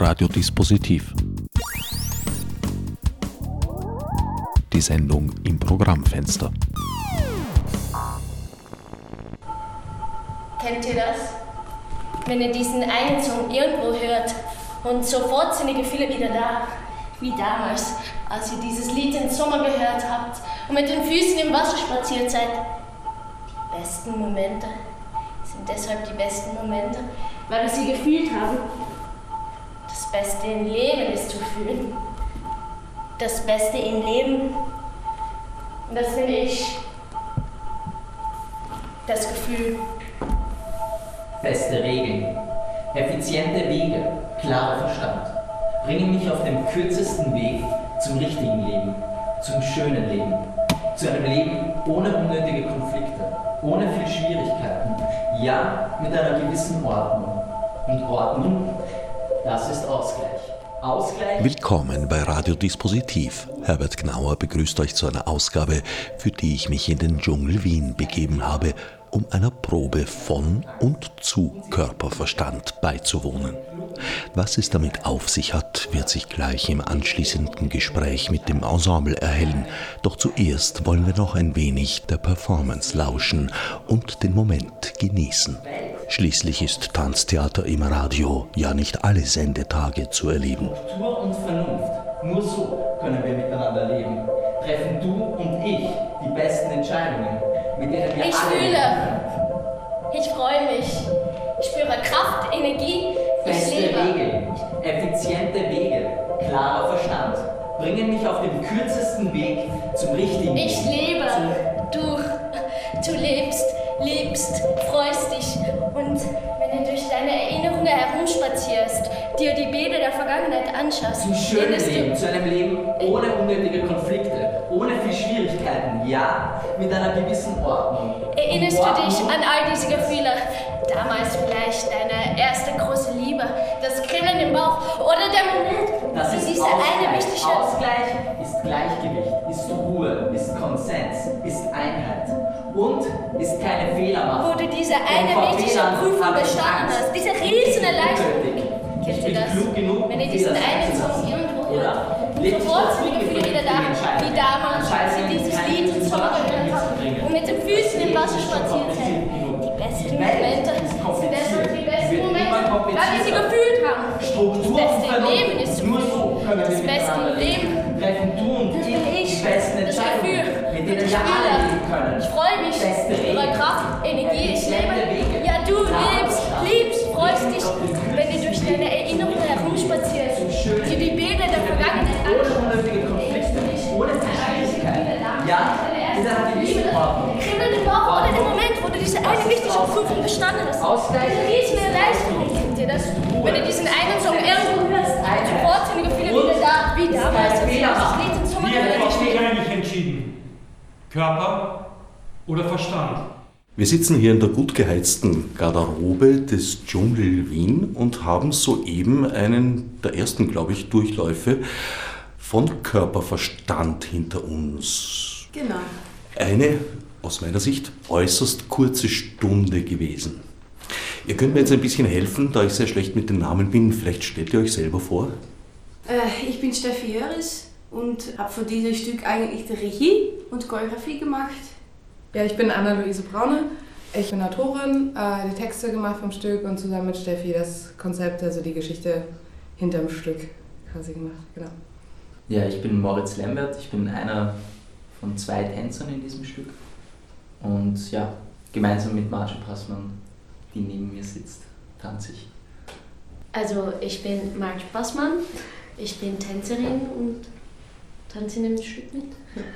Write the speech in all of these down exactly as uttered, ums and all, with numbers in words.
Radiodispositiv. Die Sendung im Programmfenster. Kennt ihr das? Wenn ihr diesen einen Song irgendwo hört und sofort sind die Gefühle wieder da, wie damals, als ihr dieses Lied im Sommer gehört habt und mit den Füßen im Wasser spaziert seid. Die besten Momente sind deshalb die besten Momente, weil wir sie gefühlt haben. Das Beste im Leben ist zu fühlen. Das Beste im Leben, das bin ich. Das Gefühl. Feste Regeln, effiziente Wege, klarer Verstand bringen mich auf dem kürzesten Weg zum richtigen Leben, zum schönen Leben, zu einem Leben ohne unnötige Konflikte, ohne viel Schwierigkeiten, ja, mit einer gewissen Ordnung. Und Ordnung, das ist Ausgleich. Ausgleich. Willkommen bei Radiodispositiv. Herbert Gnauer begrüßt euch zu einer Ausgabe, für die ich mich in den Dschungel Wien begeben habe, um einer Probe von und zu Körperverstand beizuwohnen. Was es damit auf sich hat, wird sich gleich im anschließenden Gespräch mit dem Ensemble erhellen. Doch zuerst wollen wir noch ein wenig der Performance lauschen und den Moment genießen. Schließlich ist Tanztheater im Radio ja nicht alle Sendetage zu erleben. Struktur und Vernunft, nur so können wir miteinander leben. Treffen du und ich die besten Entscheidungen, mit denen wir Ich alle fühle, ich freue mich, ich spüre Kraft, Energie, Feste ich lebe. Regeln, effiziente Wege, klarer Verstand bringen mich auf dem kürzesten Weg zum richtigen Weg. Ich lebe, du, du lebst, liebst, freust dich und wenn du durch deine Erinnerungen herumspazierst, dir die Bilder der Vergangenheit anschaust, Zum schönen erinnerst Leben, du, zu einem Leben ohne unnötige Konflikte, ohne viel Schwierigkeiten, ja, mit einer gewissen Ordnung. erinnerst Und du Ordnung, dich an all diese Gefühle? Damals vielleicht deine erste große Liebe, das Kribbeln im Bauch oder der Moment, das wo ist diese Ausgleich. eine wichtige... Ausgleich ist Gleichgewicht, ist Ruhe, ist Konsens, ist Einheit und ist keine Fehlermache. Wo du diese Denn eine vor wichtige Fehlern Prüfung habe ich bestanden Angst. hast, diese riesen Erleichterung. Unnötig. Kennt Ich ihr bin das? klug genug, Wenn ihr um diesen Fehler einen zu Song lassen. irgendwo Oder? hört, Leb sofort dich sind die mit Gefühle wieder da, Entscheidungen. wie damals, als Entscheidungen, ihr dieses keine Lied im Sommer gehört habt bringen. und mit den Füßen im Wasser spaziert seid. Die besten Momente sind deshalb die besten Momente, weil wir sie gefühlt haben. Struktur Das und Beste im Leben ist zu Nur fühlen. so können wir Das Beste im miteinander Leben. Treffen du und Das ich bin die ich. besten Das Gefühl. Entscheidungen, mit denen Ich wir alle fühle. leben können. Ich freue mich. Beste Ich Regeln. Kraft, Energie, ich lebe. Effiziente Wege. Ja, du Klarer lebst, Verstand. liebst, freust dich, Auf den wenn du durch deine Erinnerungen herumspazierst, dir die Bilder der Vergangenheit Ohne anschaust. unnötige Konflikte, ohne Schwierigkeiten. Ja, mit einer gewissen Ordnung. Kribbeln im Bauch oder der Moment, wo du diese eine wichtige Prüfung bestanden hast. Ausgleich. Diese riesen Erleichterung, kennt ihr das? Wenn du diesen einen Song irgendwo hörst, sofort sind die Gefühle wieder da, wie damals, als du das Lied im Sommer Wie gehört habt hast. ihr eigentlich entschieden? Körper oder Verstand? Wir sitzen hier in der gut geheizten Garderobe des Dschungel Wien und haben soeben einen der ersten, glaube ich, Durchläufe von Körperverstand hinter uns. Genau. Eine, aus meiner Sicht, äußerst kurze Stunde gewesen. Ihr könnt mir jetzt ein bisschen helfen, da ich sehr schlecht mit den Namen bin. Vielleicht stellt ihr euch selber vor. Äh, ich bin Steffi Jöris und habe für dieses Stück eigentlich die Regie und Choreografie gemacht. Ja, ich bin Anna-Luise Braune. Ich bin Autorin, äh, die Texte gemacht vom Stück und zusammen mit Steffi das Konzept, also die Geschichte hinterm Stück quasi gemacht. Genau. Ja, ich bin Moritz Lambert, ich bin einer von zwei Tänzern in diesem Stück. Und ja, gemeinsam mit Marge Passmann, die neben mir sitzt, tanze ich. Also ich bin Marge Passmann, ich bin Tänzerin und tanze in dem Stück mit.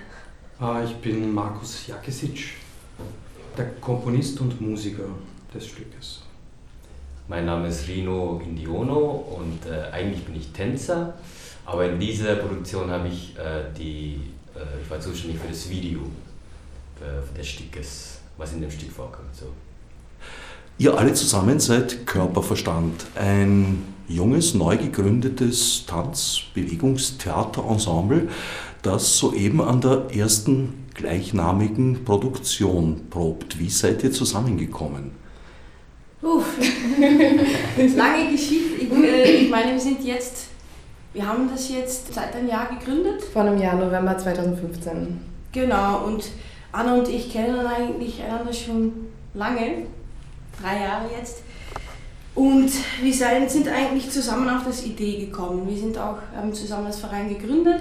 Ich bin Markus Jakisic, der Komponist und Musiker des Stückes. Mein Name ist Rino Indiono und äh, eigentlich bin ich Tänzer, aber in dieser Produktion habe ich äh, die, äh, ich war zuständig für das Video äh, des Stückes, was in dem Stück vorkommt. So. Ihr alle zusammen seid Körperverstand, ein junges, neu gegründetes Tanz-Bewegungstheater-Ensemble, das soeben an der ersten gleichnamigen Produktion probt. Wie seid ihr zusammengekommen? Uff, lange Geschichte. Ich, äh, ich meine, wir sind jetzt, wir haben das jetzt seit einem Jahr gegründet. Vor einem Jahr, November zweitausendfünfzehn. Genau, und Anna und ich kennen eigentlich einander schon lange, drei Jahre jetzt. Und wir sind eigentlich zusammen auf das Idee gekommen. Wir sind auch, haben zusammen das Verein gegründet.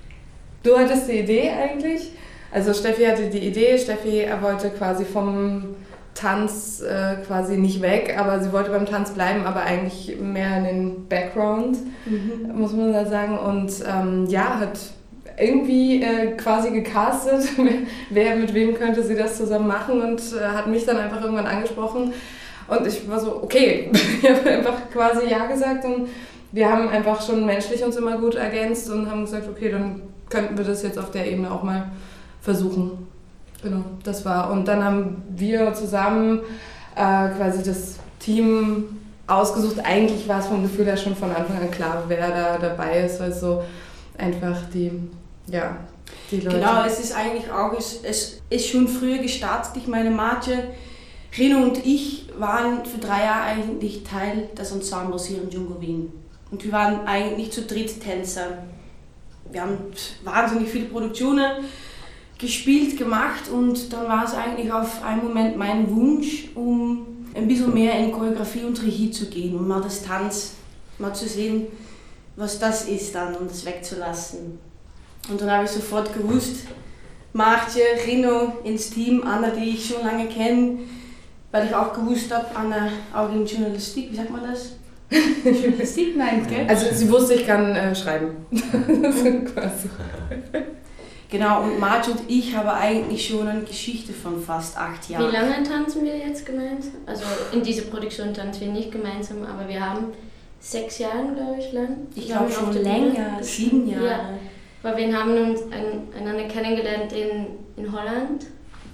Du hattest die Idee eigentlich? Also Steffi hatte die Idee, Steffi wollte quasi vom Tanz äh, quasi nicht weg, aber sie wollte beim Tanz bleiben, aber eigentlich mehr in den Background, mhm. muss man da sagen. Und ähm, ja, hat irgendwie äh, quasi gecastet, wer mit wem könnte sie das zusammen machen und äh, hat mich dann einfach irgendwann angesprochen. Und ich war so, okay, ich habe einfach quasi ja gesagt und wir haben einfach schon menschlich uns immer gut ergänzt und haben gesagt, okay, dann könnten wir das jetzt auf der Ebene auch mal versuchen. Genau, das war. Und dann haben wir zusammen äh, quasi das Team ausgesucht. Eigentlich war es vom Gefühl her schon von Anfang an klar, wer da dabei ist, weil so einfach die, ja, die Leute. Genau, es ist eigentlich auch, es, es ist schon früher gestartet. Ich meine, Marce, Rino und ich waren für drei Jahre eigentlich Teil des Ensembles hier in Dschungel Wien. Und wir waren eigentlich zu dritt Tänzer. Wir haben wahnsinnig viele Produktionen gespielt, gemacht und dann war es eigentlich auf einen Moment mein Wunsch, um ein bisschen mehr in Choreografie und Regie zu gehen und mal das Tanz, mal zu sehen, was das ist dann und das wegzulassen. Und dann habe ich sofort gewusst, Marce, Rino ins Team, Anna, die ich schon lange kenne, weil ich auch gewusst habe, Anna auch in Journalistik, wie sagt man das? Journalistik, nein, gell? Also sie wusste, ich kann äh, schreiben. Quasi. Genau, und Marge und ich haben eigentlich schon eine Geschichte von fast acht Jahren. Wie lange tanzen wir jetzt gemeinsam? Also in dieser Produktion tanzen wir nicht gemeinsam, aber wir haben sechs Jahre, glaube ich, lang. Ich glaube schon länger, sieben Jahre. Ja, weil wir haben uns einander kennengelernt in, in Holland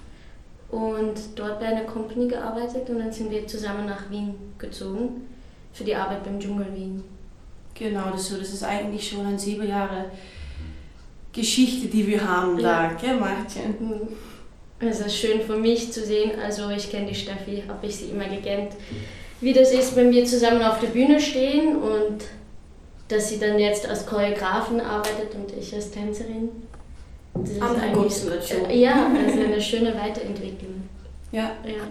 und dort bei einer Company gearbeitet und dann sind wir zusammen nach Wien gezogen für die Arbeit beim Dschungel Wien. Genau, das ist so. Das ist eigentlich schon eine sieben Jahre Geschichte, die wir haben da, ja. Gell, Martin? Es ist schön für mich zu sehen, also ich kenne die Steffi, habe ich sie immer gekannt, wie das ist, wenn wir zusammen auf der Bühne stehen und dass sie dann jetzt als Choreografin arbeitet und ich als Tänzerin. Das ist Andere eigentlich Konstellation. Ja, also eine schöne Weiterentwicklung. Ja. ja.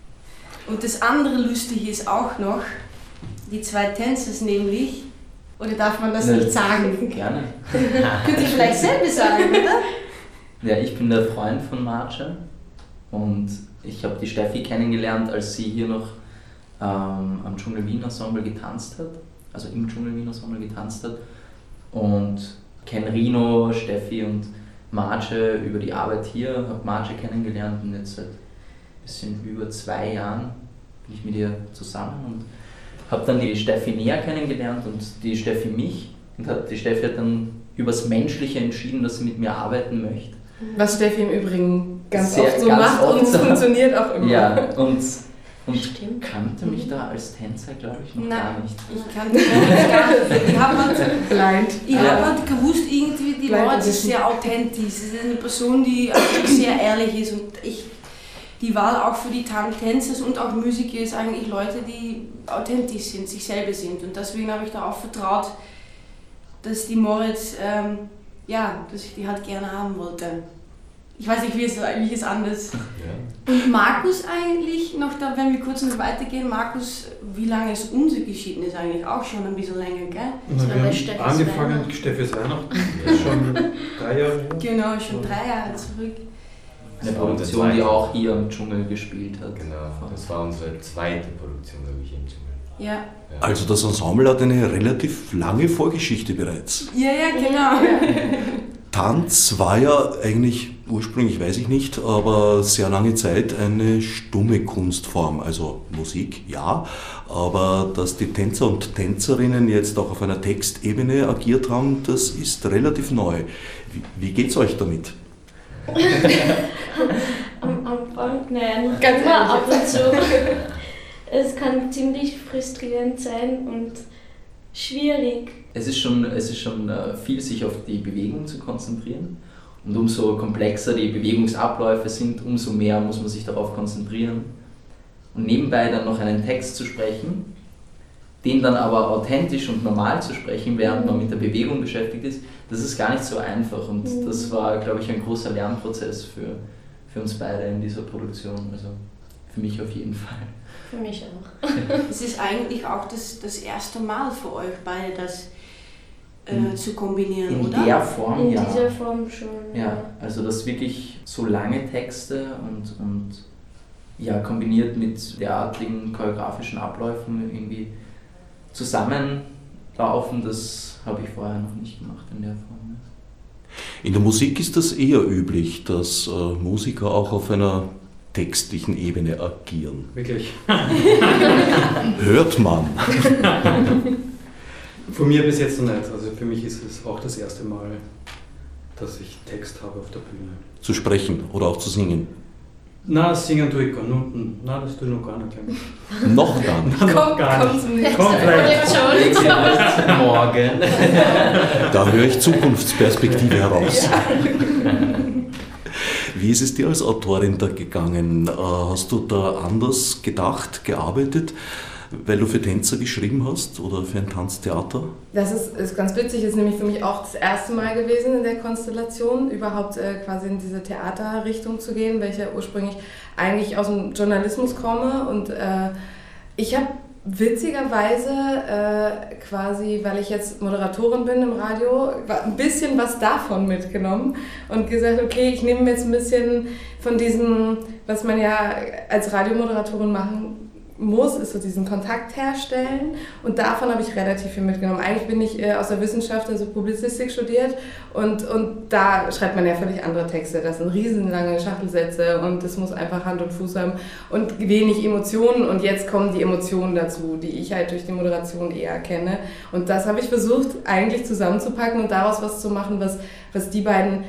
Und das andere Lustige ist auch noch, die zwei Tänzers nämlich, oder darf man das ne, nicht sagen? Gerne. Könnt ihr vielleicht selber sagen, oder? Ja, ich bin der Freund von Marce und ich habe die Steffi kennengelernt, als sie hier noch ähm, am Dschungel Wien Ensemble getanzt hat, also im Dschungel Wien Ensemble getanzt hat und kenne Rino, Steffi und Marce über die Arbeit hier, habe Marce kennengelernt und jetzt seit ein bisschen über zwei Jahren bin ich mit ihr zusammen und habe dann die Steffi näher kennengelernt und die Steffi mich und hat, die Steffi hat dann übers Menschliche entschieden, dass sie mit mir arbeiten möchte. Was Steffi im Übrigen ganz Sehr, oft so ganz macht oft und es so. funktioniert auch immer. Ja, und, und Stimmt. kannte mich da als Tänzer, glaube ich, noch Nein, gar nicht. ich kann das gar nicht. Ich habe halt, Blind. ich Ja. hab halt gewusst, irgendwie die Blind Leute ist Edition. sehr authentisch. Es ist eine Person, die einfach sehr ehrlich ist und ich, die Wahl auch für die Tänzer und auch Musiker ist eigentlich Leute, die authentisch sind, sich selber sind und deswegen habe ich da auch vertraut, dass die Moritz, ähm, ja, dass ich die halt gerne haben wollte. Ich weiß nicht, wie es, wie es anders. Ja. Und Markus eigentlich, noch da, wenn wir kurz noch weitergehen, Markus, wie lange ist unser geschieden ist eigentlich auch schon ein bisschen länger, gell? Na, war wir bei haben Steffis angefangen, Weihnachten. Steffis Weihnachten, das ist schon drei Jahre her. Genau, schon drei Jahre zurück. Eine Das war unsere Produktion, die zweite. auch hier im Dschungel gespielt hat. Genau, das war unsere zweite Produktion, glaube ich, im Dschungel. Ja. Ja. Also das Ensemble hat eine relativ lange Vorgeschichte bereits. Ja, ja, genau. Tanz war ja eigentlich ursprünglich, weiß ich nicht, aber sehr lange Zeit eine stumme Kunstform. Also Musik, ja, aber dass die Tänzer und Tänzerinnen jetzt auch auf einer Textebene agiert haben, das ist relativ neu. Wie, wie geht's euch damit? Am Anfang, nein, Ganz immer ehrlich ab und zu. Es kann ziemlich frustrierend sein und schwierig. Es ist schon, es ist schon äh, viel, sich auf die Bewegung zu konzentrieren. Und umso komplexer die Bewegungsabläufe sind, umso mehr muss man sich darauf konzentrieren. Und nebenbei dann noch einen Text zu sprechen, den dann aber authentisch und normal zu sprechen, während man mit der Bewegung beschäftigt ist, das ist gar nicht so einfach. Und das war, glaube ich, ein großer Lernprozess für, für uns beide in dieser Produktion. Also für mich auf jeden Fall. Für mich auch. Es ist eigentlich auch das, das erste Mal für euch beide, das äh, zu kombinieren, in oder? In der Form, in ja. In dieser Form schon. Ja, ja, also das wirklich so lange Texte und, und ja, kombiniert mit derartigen choreografischen Abläufen irgendwie zusammenlaufen, das habe ich vorher noch nicht gemacht in der Form. In der Musik ist das eher üblich, dass äh, Musiker auch auf einer textlichen Ebene agieren. Wirklich? Hört man. Von mir bis jetzt noch nicht. Also für mich ist es auch das erste Mal, dass ich Text habe auf der Bühne. Zu sprechen oder auch zu singen? Na, singen tue ich gar nicht. Nein, das tue ich noch gar nicht. Noch gar nicht? Nein, noch Komm, gar komm nicht. zum nächsten. Komm vielleicht. Morgen. Da höre ich Zukunftsperspektive heraus. Wie ist es dir als Autorin da gegangen? Hast du da anders gedacht, gearbeitet, weil du für Tänzer geschrieben hast oder für ein Tanztheater? Das ist, ist ganz witzig, ist nämlich für mich auch das erste Mal gewesen in der Konstellation, überhaupt äh, quasi in diese Theaterrichtung zu gehen, weil ich ja ursprünglich eigentlich aus dem Journalismus komme und äh, ich habe witzigerweise äh, quasi, weil ich jetzt Moderatorin bin im Radio, ein bisschen was davon mitgenommen und gesagt, okay, ich nehme jetzt ein bisschen von diesem, was man ja als Radiomoderatorin machen muss, ist so diesen Kontakt herstellen und davon habe ich relativ viel mitgenommen. Eigentlich bin ich äh, aus der Wissenschaft, also Publizistik studiert und, und da schreibt man ja völlig andere Texte. Das sind riesenlange Schachtelsätze und das muss einfach Hand und Fuß haben und wenig Emotionen und jetzt kommen die Emotionen dazu, die ich halt durch die Moderation eher kenne und das habe ich versucht eigentlich zusammenzupacken und daraus was zu machen, was, was die beiden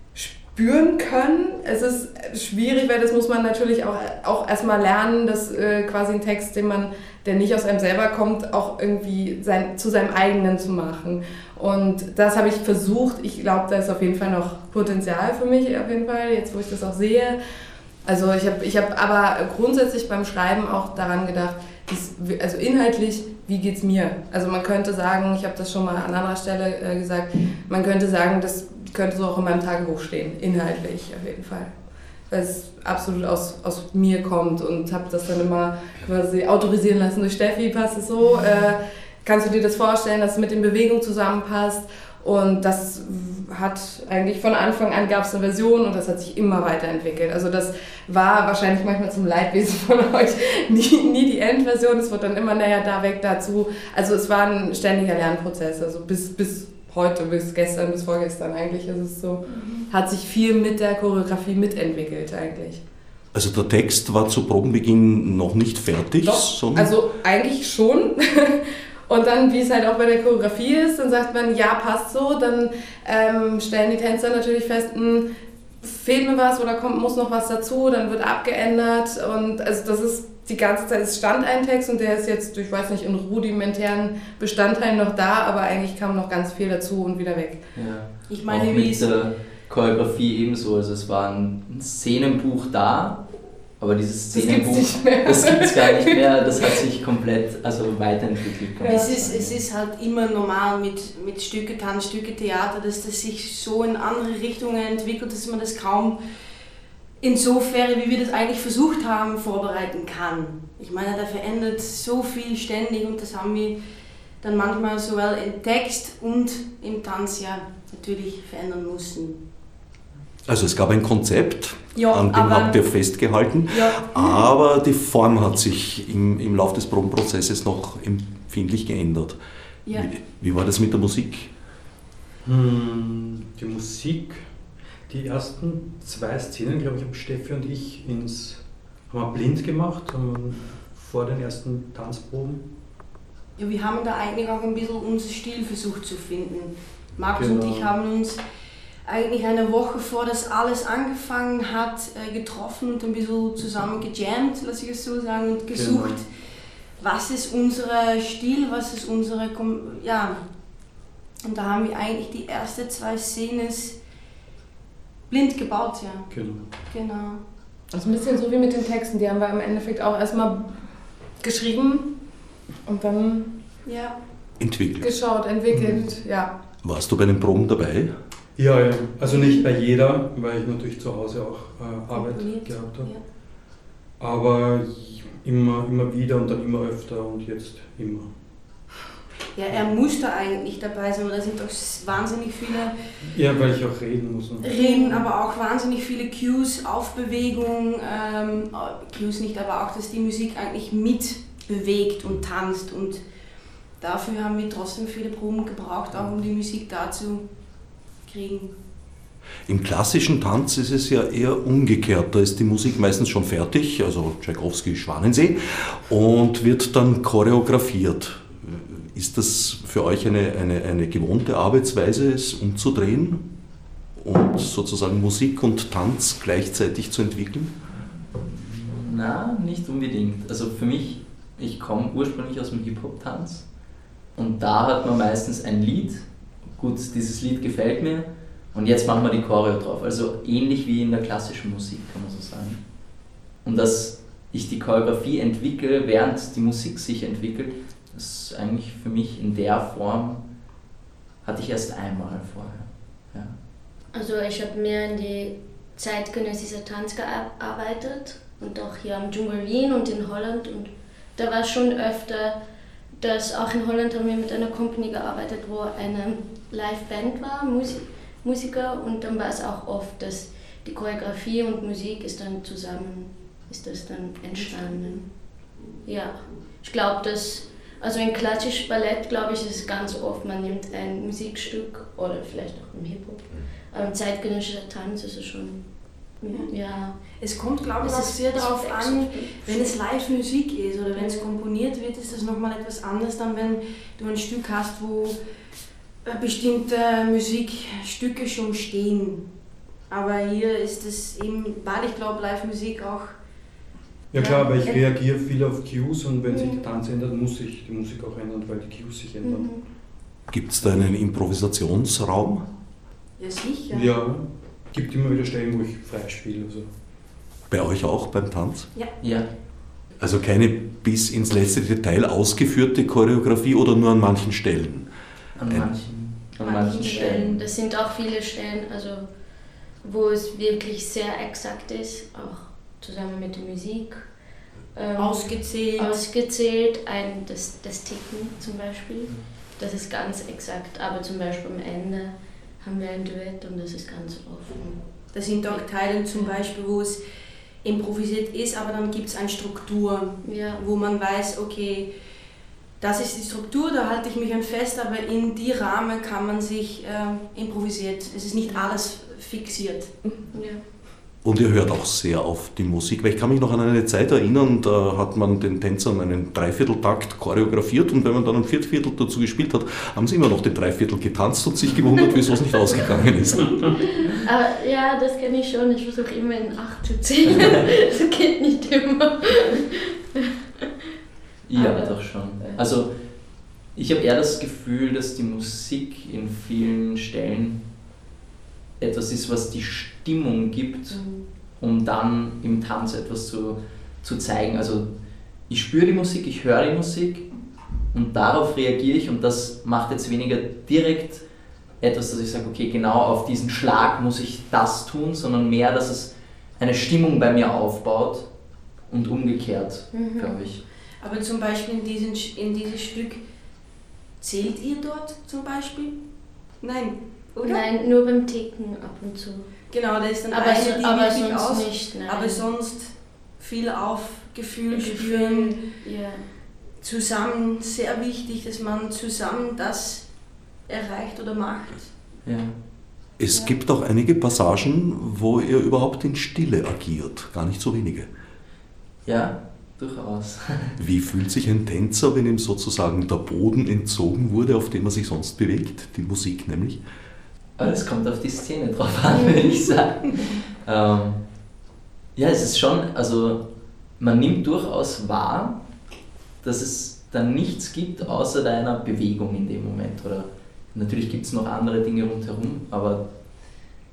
spüren können. Es ist schwierig, weil das muss man natürlich auch, auch erstmal lernen, dass äh, quasi ein Text, den man, der nicht aus einem selber kommt, auch irgendwie sein, zu seinem eigenen zu machen. Und das habe ich versucht. Ich glaube, da ist auf jeden Fall noch Potenzial für mich, auf jeden Fall, jetzt wo ich das auch sehe. Also ich habe ich hab aber grundsätzlich beim Schreiben auch daran gedacht, dies, also inhaltlich, wie geht's mir? Also man könnte sagen, ich habe das schon mal an anderer Stelle äh, gesagt, man könnte sagen, das könnte so auch in meinem Tagebuch stehen, inhaltlich auf jeden Fall. Weil es absolut aus, aus mir kommt und habe das dann immer quasi autorisieren lassen durch Steffi, passt es so? Äh, kannst du dir das vorstellen, dass es mit den Bewegungen zusammenpasst? Und das hat eigentlich von Anfang an gab es eine Version und das hat sich immer weiterentwickelt. Also das war wahrscheinlich manchmal zum Leidwesen von euch nie, nie die Endversion, es wird dann immer näher da weg dazu. Also es war ein ständiger Lernprozess, also bis, bis heute, bis gestern, bis vorgestern eigentlich ist es so, hat sich viel mit der Choreografie mitentwickelt eigentlich. Also der Text war zu Probenbeginn noch nicht fertig? Doch, sondern also eigentlich schon. Und dann, wie es halt auch bei der Choreografie ist, dann sagt man, ja, passt so, dann ähm, stellen die Tänzer natürlich fest, mh, fehlt mir was oder kommt, muss noch was dazu, dann wird abgeändert und also das ist die ganze Zeit, es stand ein Text und der ist jetzt, ich weiß nicht, in rudimentären Bestandteilen noch da, aber eigentlich kam noch ganz viel dazu und wieder weg. Ja. Ich meine, auch wie mit ist der Choreografie ebenso, also es war ein Szenenbuch da, aber dieses Szenenbuch, das gibt es gar nicht mehr, das hat sich komplett also weiterentwickelt. Es ist, es ist halt immer normal mit, mit Stücke, Tanzstücke, Theater, dass das sich so in andere Richtungen entwickelt, dass man das kaum insofern, wie wir das eigentlich versucht haben, vorbereiten kann. Ich meine, da verändert so viel ständig und das haben wir dann manchmal sowohl im Text und im Tanz ja natürlich verändern müssen. Also es gab ein Konzept, Ja, an dem aber- habt ihr festgehalten, Ja. aber die Form hat sich im, im Laufe des Probenprozesses noch empfindlich geändert. Ja. Wie, wie war das mit der Musik? Hm, Die Musik, die ersten zwei Szenen, glaube ich, haben Steffi und ich ins, haben wir blind gemacht, haben wir vor den ersten Tanzproben. Ja, wir haben da eigentlich auch ein bisschen unseren Stil versucht zu finden. Markus Genau. und ich haben uns eigentlich eine Woche vor das alles angefangen hat, äh, getroffen und ein bisschen zusammen gejammt, lass ich es so sagen, und gesucht, Genau. was ist unser Stil, was ist unsere, Kom ja, und da haben wir eigentlich die ersten zwei Szenen blind gebaut, ja, Genau. genau. Das ist ein bisschen so wie mit den Texten, die haben wir im Endeffekt auch erstmal geschrieben und dann Ja. Entwickelt. geschaut, entwickelt, mhm. ja. Warst du bei den Proben dabei? Ja, ja, also nicht bei jeder, weil ich natürlich zu Hause auch äh, Arbeit Komponiert, gehabt habe. ja. Aber immer, immer wieder und dann immer öfter und jetzt immer. Ja, er muss da eigentlich dabei sein, weil da sind doch wahnsinnig viele Ja, weil ich auch reden muss. Ne? Reden, aber auch wahnsinnig viele Cues, Aufbewegung, ähm, Cues nicht, aber auch, dass die Musik eigentlich mitbewegt und tanzt und dafür haben wir trotzdem viele Proben gebraucht, auch um die Musik da zu kriegen. Im klassischen Tanz ist es ja eher umgekehrt. Da ist die Musik meistens schon fertig, also Tschaikowski Schwanensee, und wird dann choreografiert. Ist das für euch eine, eine, eine gewohnte Arbeitsweise, es umzudrehen und sozusagen Musik und Tanz gleichzeitig zu entwickeln? Na, nicht unbedingt. Also für mich, ich komme ursprünglich aus dem Hip-Hop-Tanz und da hat man meistens ein Lied. Gut, dieses Lied gefällt mir und jetzt machen wir die Choreo drauf. Also ähnlich wie in der klassischen Musik, kann man so sagen. Und dass ich die Choreografie entwickle, während die Musik sich entwickelt, das ist eigentlich für mich in der Form, hatte ich erst einmal vorher. Ja. Also ich habe mehr in die zeitgenössischer Tanz gearbeitet und auch hier am Dschungel Wien und in Holland und da war schon öfter, dass auch in Holland haben wir mit einer Company gearbeitet, wo eine Live-Band war, Musik, Musiker und dann war es auch oft, dass die Choreografie und Musik ist dann zusammen, ist das dann entstanden. Ja, ich glaube, dass, also in klassisch Ballett, glaube ich, ist es ganz oft, man nimmt ein Musikstück oder vielleicht auch im Hip-Hop, aber im zeitgenössischer Tanz ist es schon, ja. Es kommt, glaube ich, Es auch ist- sehr es darauf ist an, extra- wenn es Live-Musik ist oder wenn es komponiert wird, ist das nochmal etwas anderes, dann wenn du ein Stück hast, wo äh, bestimmte Musikstücke schon stehen. Aber hier ist es eben, weil ich glaube, Live-Musik auch... Ja klar, aber ich Ja. reagiere viel auf Cues und wenn sich Mhm. der Tanz ändert, muss ich die Musik auch ändern, weil die Cues sich ändern. Mhm. Gibt es da einen Improvisationsraum? Ja, sicher. Ja, gibt immer wieder Stellen, wo ich frei spiele. Also. Bei euch auch beim Tanz? Ja, Also keine bis ins letzte Detail ausgeführte Choreografie oder nur an manchen Stellen? an Ein- manchen, an An manchen Stellen. Das sind auch viele Stellen, also wo es wirklich sehr exakt ist, auch zusammen mit der Musik. Ähm, Ausgezählt. ausgezählt, ein, das, das Ticken zum Beispiel, das ist ganz exakt, aber zum Beispiel am Ende haben wir ein Duett und das ist ganz offen. Da sind auch Teile zum Beispiel, wo es improvisiert ist, aber dann gibt es eine Struktur, Ja. wo man weiß, okay, das ist die Struktur, da halte ich mich an fest, aber in die Rahmen kann man sich äh, improvisiert. Es ist nicht alles fixiert. Ja. Und ihr hört auch sehr auf die Musik, weil ich kann mich noch an eine Zeit erinnern, da hat man den Tänzern einen Dreivierteltakt choreografiert und wenn man dann ein Viertelviertel dazu gespielt hat, haben sie immer noch den Dreiviertel getanzt und sich gewundert, wieso es nicht ausgegangen ist. Aber ja, das kenne ich schon, ich versuche immer in acht zu zählen, das geht nicht immer. Ja, Aber- doch schon. Also ich habe eher das Gefühl, dass die Musik in vielen Stellen etwas ist, was die Stimmung gibt, um dann im Tanz etwas zu, zu zeigen. Also ich spüre die Musik, ich höre die Musik und darauf reagiere ich und das macht jetzt weniger direkt etwas, dass ich sage, okay, genau auf diesen Schlag muss ich das tun, sondern mehr, dass es eine Stimmung bei mir aufbaut und umgekehrt, Mhm. glaube ich. Aber zum Beispiel in, diesen, in dieses Stück, zählt ihr dort zum Beispiel? Nein, oder? Nein, nur beim Ticken ab und zu. Genau, da ist dann Aber, eine, so, die aber wirklich sonst aus, nicht, nein. aber sonst viel Aufgefühl Gefühl, spüren, ja. zusammen, sehr wichtig, dass man zusammen das erreicht oder macht. Ja. Es Ja. gibt auch einige Passagen, wo ihr überhaupt in Stille agiert, gar nicht so wenige. Ja, durchaus. Wie fühlt sich ein Tänzer, wenn ihm sozusagen der Boden entzogen wurde, auf dem er sich sonst bewegt, die Musik nämlich? Aber es kommt auf die Szene drauf an, würde ich sagen. ähm, ja, es ist schon, also man nimmt durchaus wahr, dass es dann nichts gibt außer deiner Bewegung in dem Moment. Oder natürlich gibt es noch andere Dinge rundherum, aber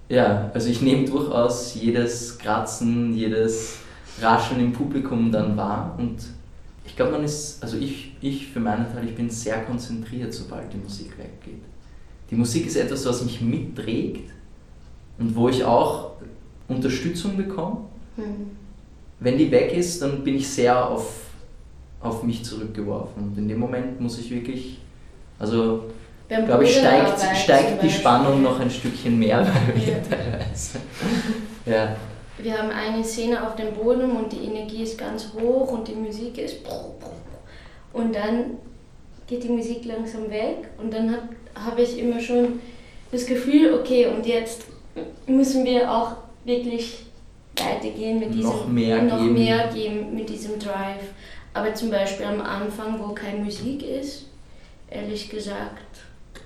ja, also ich nehme durchaus jedes Kratzen, jedes Rascheln im Publikum dann wahr und ich glaube, man ist, also ich, ich für meinen Teil, ich bin sehr konzentriert, sobald die Musik weggeht. Die Musik ist etwas, was mich mitträgt und wo ich auch Unterstützung bekomme. Mhm. Wenn die weg ist, dann bin ich sehr auf, auf mich zurückgeworfen und in dem Moment muss ich wirklich, also glaube ich, steigt, steigt die Spannung noch ein Stückchen mehr bei mir ja. teilweise. Ja. Wir haben eine Szene auf dem Boden und die Energie ist ganz hoch und die Musik ist und dann geht die Musik langsam weg und dann habe hab ich immer schon das Gefühl, okay, und jetzt müssen wir auch wirklich weitergehen mit diesem, noch mehr, noch geben. mehr geben mit diesem Drive. Aber zum Beispiel am Anfang, wo keine Musik ist, ehrlich gesagt,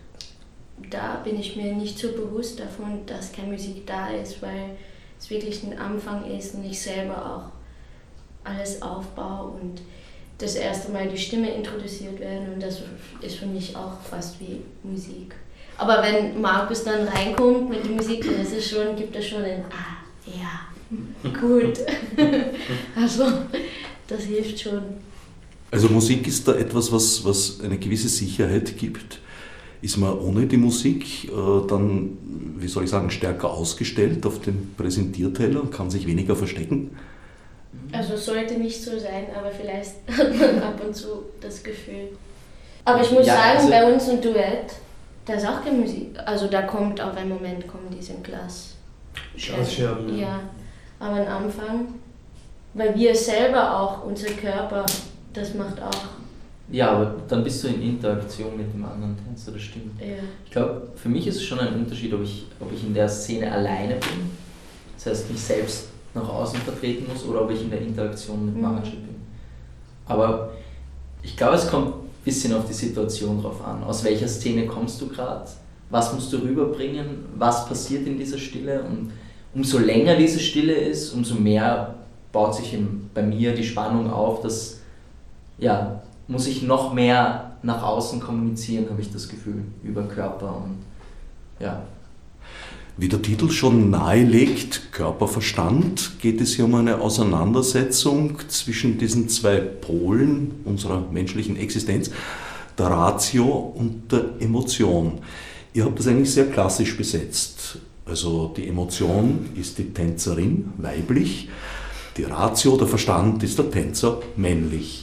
da bin ich mir nicht so bewusst davon, dass keine Musik da ist, weil es wirklich ein Anfang ist und ich selber auch alles aufbaue und das erste Mal die Stimme introduziert werden und das ist für mich auch fast wie Musik. Aber wenn Markus dann reinkommt mit der Musik, dann ist es schon, gibt es schon ein Ah, ja, gut. Also das hilft schon. Also Musik ist da etwas, was, was eine gewisse Sicherheit gibt. Ist man ohne die Musik äh, dann, wie soll ich sagen, stärker ausgestellt auf dem Präsentierteller und kann sich weniger verstecken? Also es sollte nicht so sein, aber vielleicht hat man ab und zu das Gefühl. Aber ich muss ja, sagen, also bei uns im Duett, da ist auch keine Musik. Also da kommt auf einen Moment, kommen diese Glas. Glasscherben. Ja, aber am Anfang, weil wir selber auch, unser Körper, das macht auch. Ja, aber dann bist du in Interaktion mit dem anderen Tänzer, das stimmt. Ja. Ich glaube, für mich ist es schon ein Unterschied, ob ich, ob ich in der Szene alleine bin, das heißt mich selbst nach außen vertreten muss, oder ob ich in der Interaktion mit Marge mhm. bin. Aber ich glaube, es kommt ein bisschen auf die Situation drauf an. Aus welcher Szene kommst du gerade? Was musst du rüberbringen? Was passiert in dieser Stille? Und umso länger diese Stille ist, umso mehr baut sich im, bei mir die Spannung auf, dass ja, muss ich noch mehr nach außen kommunizieren, habe ich das Gefühl, über Körper und ja. Wie der Titel schon nahelegt, Körper-Verstand, geht es hier um eine Auseinandersetzung zwischen diesen zwei Polen unserer menschlichen Existenz, der Ratio und der Emotion. Ihr habt das eigentlich sehr klassisch besetzt. Also die Emotion ist die Tänzerin, weiblich, die Ratio, der Verstand, ist der Tänzer, männlich.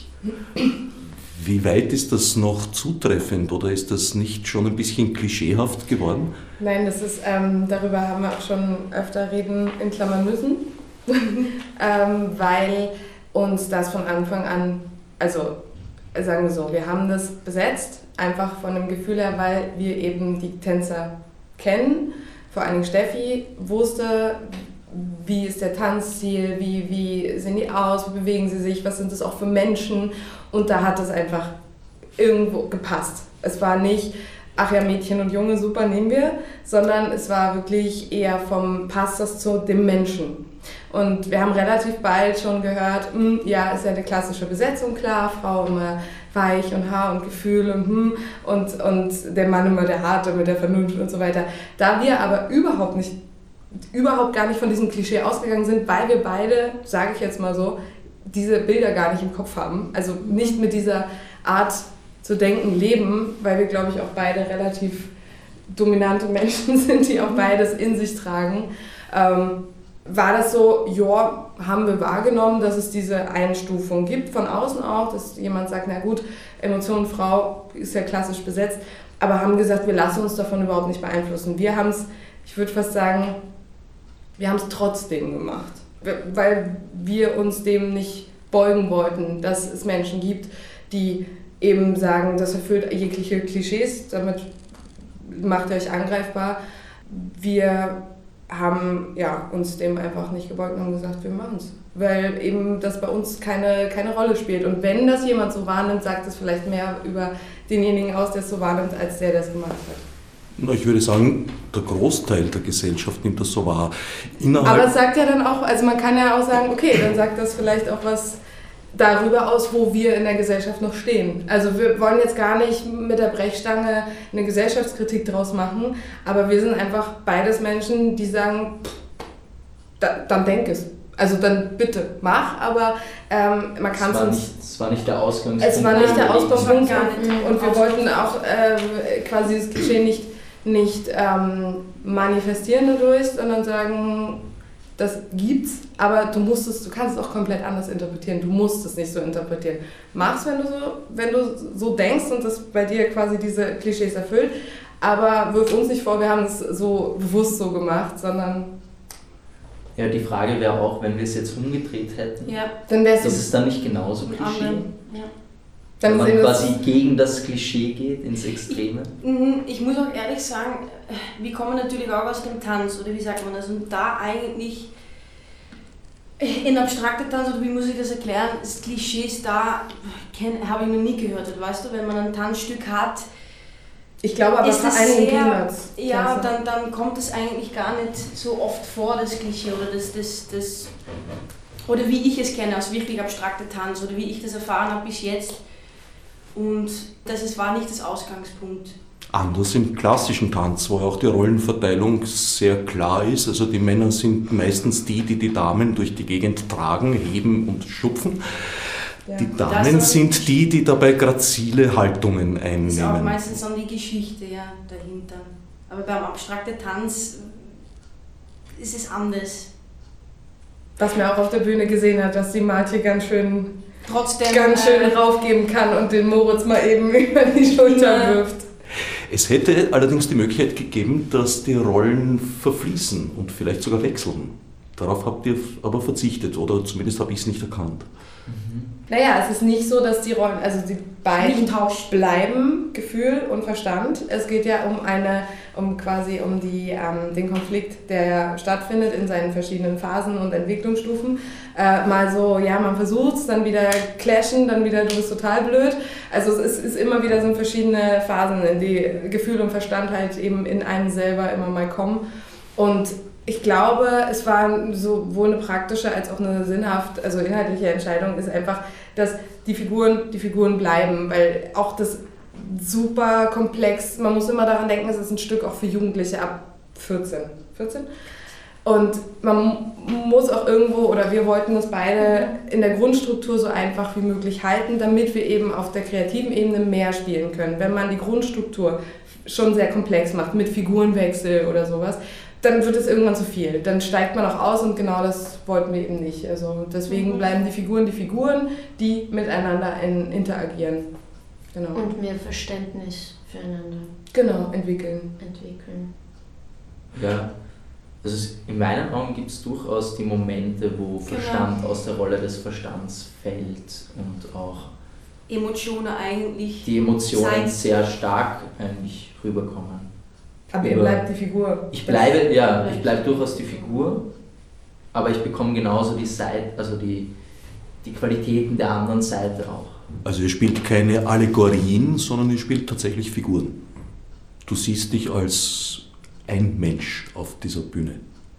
Wie weit ist das noch zutreffend oder ist das nicht schon ein bisschen klischeehaft geworden? Nein, das ist, ähm, darüber haben wir auch schon öfter reden in Klammern müssen, ähm, weil uns das von Anfang an, also sagen wir so, wir haben das besetzt, einfach von dem Gefühl her, weil wir eben die Tänzer kennen, vor allem Steffi wusste, wie ist der Tanzstil, wie, wie sehen die aus, wie bewegen sie sich, was sind das auch für Menschen, und da hat es einfach irgendwo gepasst. Es war nicht, ach ja, Mädchen und Junge, super, nehmen wir, sondern es war wirklich eher vom, passt das zu dem Menschen. Und wir haben relativ bald schon gehört, mh, ja, ist ja eine klassische Besetzung, klar, Frau immer weich und Haar und Gefühl und hm, und, und der Mann immer der Harte mit der Vernunft und so weiter. Da wir aber überhaupt nicht überhaupt gar nicht von diesem Klischee ausgegangen sind, weil wir beide, sage ich jetzt mal so, diese Bilder gar nicht im Kopf haben. Also nicht mit dieser Art zu denken leben, weil wir, glaube ich, auch beide relativ dominante Menschen sind, die auch beides in sich tragen. Ähm, war das so, ja, haben wir wahrgenommen, dass es diese Einstufung gibt, von außen auch, dass jemand sagt, na gut, Emotion Frau ist ja klassisch besetzt, aber haben gesagt, wir lassen uns davon überhaupt nicht beeinflussen. Wir haben es, ich würde fast sagen, wir haben es trotzdem gemacht, weil wir uns dem nicht beugen wollten, dass es Menschen gibt, die eben sagen, das erfüllt jegliche Klischees, damit macht ihr euch angreifbar. Wir haben ja, uns dem einfach nicht gebeugt und haben gesagt, wir machen es, weil eben das bei uns keine, keine Rolle spielt. Und wenn das jemand so wahrnimmt, sagt es vielleicht mehr über denjenigen aus, der es so wahrnimmt, als der, der es gemacht hat. Ich würde sagen, der Großteil der Gesellschaft nimmt das so wahr. Innerhalb Aber es sagt ja dann auch, also man kann ja auch sagen, okay, dann sagt das vielleicht auch was darüber aus, wo wir in der Gesellschaft noch stehen. Also wir wollen jetzt gar nicht mit der Brechstange eine Gesellschaftskritik draus machen, aber wir sind einfach beides Menschen, die sagen, pff, da, dann denk es. Also dann bitte, mach, aber ähm, man kann es nicht... Es war nicht der Ausgangspunkt. Es war nicht der Ausgangspunkt und, und wir wollten auch äh, quasi das Klischee nicht, nicht ähm, manifestieren dadurch, sondern sagen, das gibt's, aber du musst es, du kannst es auch komplett anders interpretieren. Du musst es nicht so interpretieren. Mach's, wenn du so, wenn du so denkst und das bei dir quasi diese Klischees erfüllt, aber wirf uns nicht vor, wir haben es so bewusst so gemacht, sondern... Ja, die Frage wäre auch, wenn wir es jetzt umgedreht hätten, Ja. Dann wär's ist so, es dann nicht genauso Klischee? Ja. dann Wenn man sehen quasi das, gegen das Klischee geht, ins Extreme? Ich muss auch ehrlich sagen, wir kommen natürlich auch aus dem Tanz, oder wie sagt man das, und da eigentlich in abstrakter Tanz, oder wie muss ich das erklären, das Klischees da habe ich noch nie gehört, weißt du, wenn man ein Tanzstück hat, ich glaube aber ist vor das allem sehr, Peanuts. ja, dann, dann kommt es eigentlich gar nicht so oft vor, das Klischee, oder das, das, das, oder wie ich es kenne, aus wirklich abstrakter Tanz, oder wie ich das erfahren habe bis jetzt, und das ist, war nicht das Ausgangspunkt. Anders im klassischen Tanz, wo auch die Rollenverteilung sehr klar ist. Also die Männer sind meistens die, die die Damen durch die Gegend tragen, heben und schupfen. Ja. Die Damen sind die, die dabei grazile Haltungen einnehmen. Das ist auch meistens dann die Geschichte ja, dahinter. Aber beim abstrakten Tanz ist es anders. Was man auch auf der Bühne gesehen hat, dass die Martje ganz schön, Trotzdem, ganz schön äh, raufgeben kann und den Moritz mal eben über die Schulter Ja. wirft. Es hätte allerdings die Möglichkeit gegeben, dass die Rollen verfließen und vielleicht sogar wechseln. Darauf habt ihr aber verzichtet, oder zumindest habe ich es nicht erkannt. Naja, es ist nicht so, dass die Rollen, also die beiden Nicht tauscht. bleiben, Gefühl und Verstand. Es geht ja um eine, um quasi um die, ähm, den Konflikt, der ja stattfindet in seinen verschiedenen Phasen und Entwicklungsstufen. Äh, mal so, ja, man versucht es, dann wieder clashen, dann wieder, du bist total blöd. Also es ist, ist immer wieder so verschiedene Phasen, in die Gefühl und Verstand halt eben in einem selber immer mal kommen. Und ich glaube, es war sowohl eine praktische als auch eine sinnhaft, also inhaltliche Entscheidung ist einfach, dass die Figuren die Figuren bleiben, weil auch das super komplex, man muss immer daran denken, es ist ein Stück auch für Jugendliche ab vierzehn. vierzehn? Und man muss auch irgendwo, oder wir wollten das beide in der Grundstruktur so einfach wie möglich halten, damit wir eben auf der kreativen Ebene mehr spielen können. Wenn man die Grundstruktur schon sehr komplex macht, mit Figurenwechsel oder sowas, dann wird es irgendwann zu viel. Dann steigt man auch aus und genau das wollten wir eben nicht. Also deswegen bleiben die Figuren die Figuren, die miteinander in, interagieren. Genau. Und mehr Verständnis füreinander Genau, entwickeln. entwickeln. Ja, also es, in meinen Augen gibt es durchaus die Momente, wo Verstand aus der Rolle des Verstands fällt und auch Emotionen eigentlich. die Emotionen sein. sehr stark eigentlich rüberkommen. Aber ihr Über- bleibt die Figur. Ich bleibe, ja, ich bleibe durchaus die Figur, aber ich bekomme genauso die Seite, also die, die Qualitäten der anderen Seite auch. Also ihr spielt keine Allegorien, sondern ihr spielt tatsächlich Figuren. Du siehst dich als ein Mensch auf dieser Bühne.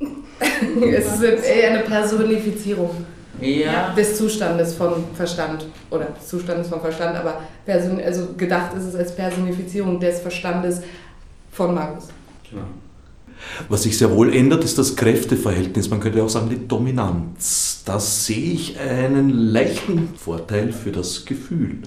Es ist eher eine Personifizierung Ja, des Zustandes von Verstand. Oder des Zustandes von Verstand, aber person also gedacht ist es als Personifizierung des Verstandes von Markus. Genau. Was sich sehr wohl ändert, ist das Kräfteverhältnis. Man könnte auch sagen, die Dominanz. Da sehe ich einen leichten Vorteil für das Gefühl.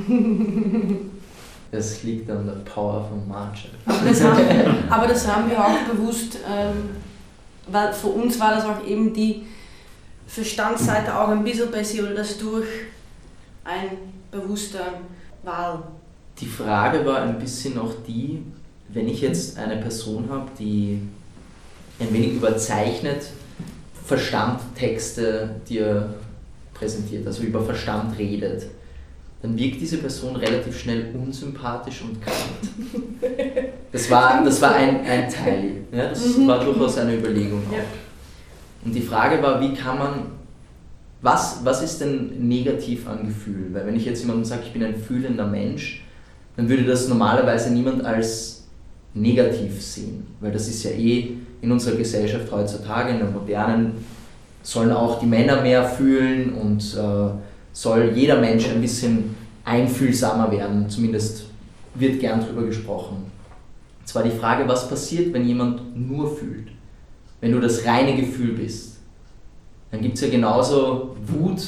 das liegt an der Power von Marge. Aber das haben, aber das haben wir auch bewusst, ähm, weil für uns war das auch eben die Verstandsseite auch ein bisschen besser, oder das durch ein bewusster Wahl. Die Frage war ein bisschen auch die, wenn ich jetzt eine Person habe, die ein wenig überzeichnet Verstandtexte dir präsentiert, also über Verstand redet, dann wirkt diese Person relativ schnell unsympathisch und kalt. Das war, das war ein, ein Teil, ja, das war durchaus eine Überlegung auch. Ja. Und die Frage war, wie kann man, was, was ist denn negativ an Gefühl? Weil wenn ich jetzt jemandem sage, ich bin ein fühlender Mensch, dann würde das normalerweise niemand als negativ sehen, weil das ist ja eh in unserer Gesellschaft heutzutage, in der modernen, sollen auch die Männer mehr fühlen und äh, soll jeder Mensch ein bisschen einfühlsamer werden, zumindest wird gern drüber gesprochen. Und zwar die Frage, was passiert, wenn jemand nur fühlt? Wenn du das reine Gefühl bist, dann gibt es ja genauso Wut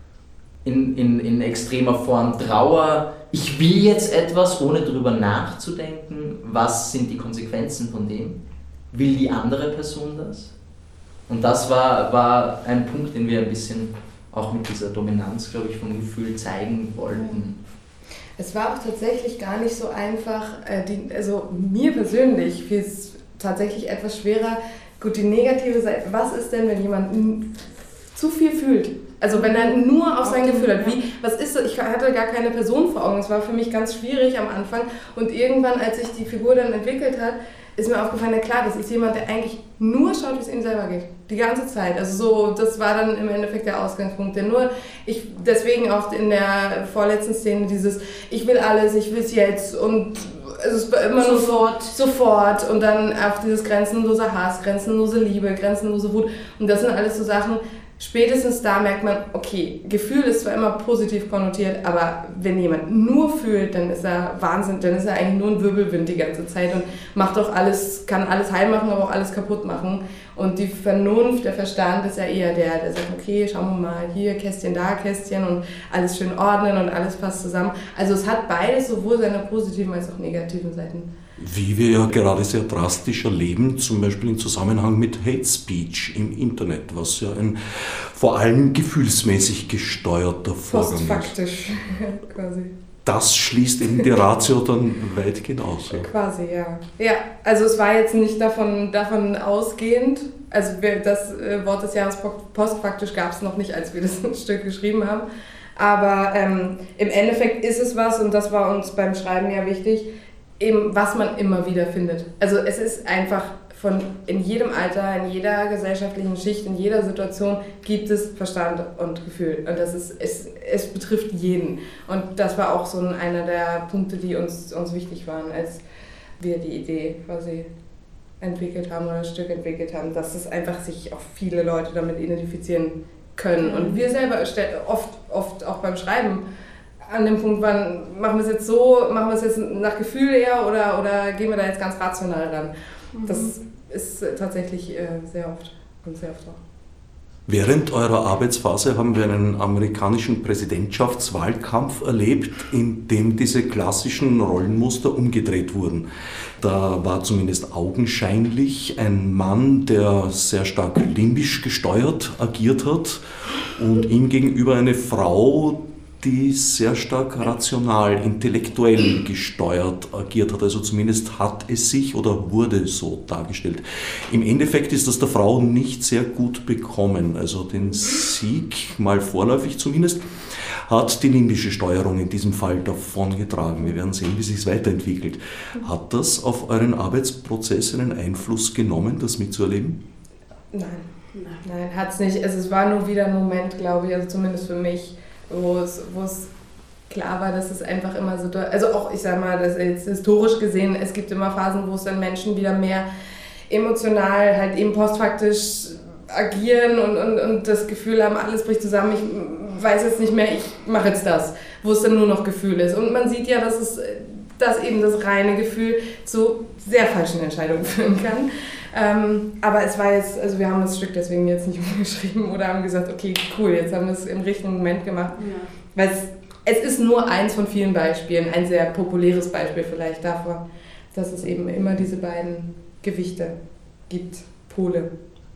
in, in, in extremer Form, Trauer. Ich will jetzt etwas, ohne darüber nachzudenken, was sind die Konsequenzen von dem? Will die andere Person das? Und das war, war ein Punkt, den wir ein bisschen auch mit dieser Dominanz, glaube ich, vom Gefühl zeigen wollten. Es war auch tatsächlich gar nicht so einfach, äh, die, also mir persönlich fiel es tatsächlich etwas schwerer. Gut, die negative Seite, was ist denn, wenn jemand n- zu viel fühlt? Also wenn er nur auf sein Gefühl hat, wie, was ist das? Ich hatte gar keine Person vor Augen, es war für mich ganz schwierig am Anfang und irgendwann, als sich die Figur dann entwickelt hat, ist mir aufgefallen, na klar, das ist jemand, der eigentlich nur schaut, wie es ihm selber geht. Die ganze Zeit. Also so, das war dann im Endeffekt der Ausgangspunkt. Der nur, ich, deswegen auch in der vorletzten Szene dieses, ich will alles, ich will es jetzt und es ist immer nur sofort. sofort und dann auf dieses grenzenlose Hass, grenzenlose Liebe, grenzenlose Wut und das sind alles so Sachen, spätestens da merkt man, okay, Gefühl ist zwar immer positiv konnotiert, aber wenn jemand nur fühlt, dann ist er Wahnsinn, dann ist er eigentlich nur ein Wirbelwind die ganze Zeit und macht auch alles, kann alles heil machen, aber auch alles kaputt machen. Und die Vernunft, der Verstand ist ja eher der, der sagt, okay, schauen wir mal, hier Kästchen, da Kästchen und alles schön ordnen und alles passt zusammen. Also es hat beides, sowohl seine positiven als auch negativen Seiten. Wie wir ja gerade sehr drastisch erleben, zum Beispiel im Zusammenhang mit Hate Speech im Internet, was ja ein vor allem gefühlsmäßig gesteuerter Vorgang ist. Postfaktisch quasi. Das schließt eben die Ratio dann weitgehend aus. Ja. Quasi, ja. Ja, also es war jetzt nicht davon, davon ausgehend, also wir, das äh, Wort des Jahres postfaktisch gab es noch nicht, als wir das Stück geschrieben haben, aber ähm, im Endeffekt ist es was, und das war uns beim Schreiben ja wichtig, eben was man immer wieder findet. Also es ist einfach von in jedem Alter, in jeder gesellschaftlichen Schicht, in jeder Situation gibt es Verstand und Gefühl. Und das ist, es, es betrifft jeden. Und das war auch so einer der Punkte, die uns, uns wichtig waren, als wir die Idee quasi entwickelt haben oder das Stück entwickelt haben, dass es einfach sich auch viele Leute damit identifizieren können. Und wir selber oft, oft auch beim Schreiben an dem Punkt waren, machen wir es jetzt so, machen wir es jetzt nach Gefühl eher oder, oder gehen wir da jetzt ganz rational ran? Mhm. Das ist tatsächlich äh, sehr oft und sehr oft auch. Während eurer Arbeitsphase haben wir einen amerikanischen Präsidentschaftswahlkampf erlebt, in dem diese klassischen Rollenmuster umgedreht wurden. Da war zumindest augenscheinlich ein Mann, der sehr stark limbisch gesteuert agiert hat, und ihm gegenüber eine Frau, die sehr stark rational, intellektuell gesteuert agiert hat. Also zumindest hat es sich oder wurde so dargestellt. Im Endeffekt ist das der Frau nicht sehr gut bekommen. Also den Sieg, mal vorläufig zumindest, hat die limbische Steuerung in diesem Fall davongetragen. Wir werden sehen, wie sich es weiterentwickelt. Hat das auf euren Arbeitsprozess einen Einfluss genommen, das mitzuerleben? Nein, nein, hat es nicht. Also es war nur wieder ein Moment, glaube ich, also zumindest für mich, wo es, wo es klar war, dass es einfach immer so, also auch, ich sag mal, das jetzt historisch gesehen, es gibt immer Phasen, wo es dann Menschen wieder mehr emotional, halt eben postfaktisch agieren und, und, und das Gefühl haben, alles bricht zusammen, ich weiß jetzt nicht mehr, ich mache jetzt das, wo es dann nur noch Gefühl ist. Und man sieht ja, dass es, dass eben das reine Gefühl zu sehr falschen Entscheidungen führen kann. Ähm, aber es war jetzt, also wir haben das Stück deswegen jetzt nicht umgeschrieben oder haben gesagt, okay, cool, jetzt haben wir es im richtigen Moment gemacht. Ja. Weil es, es ist nur eins von vielen Beispielen, ein sehr populäres Beispiel vielleicht davor, dass es eben immer diese beiden Gewichte gibt, Pole.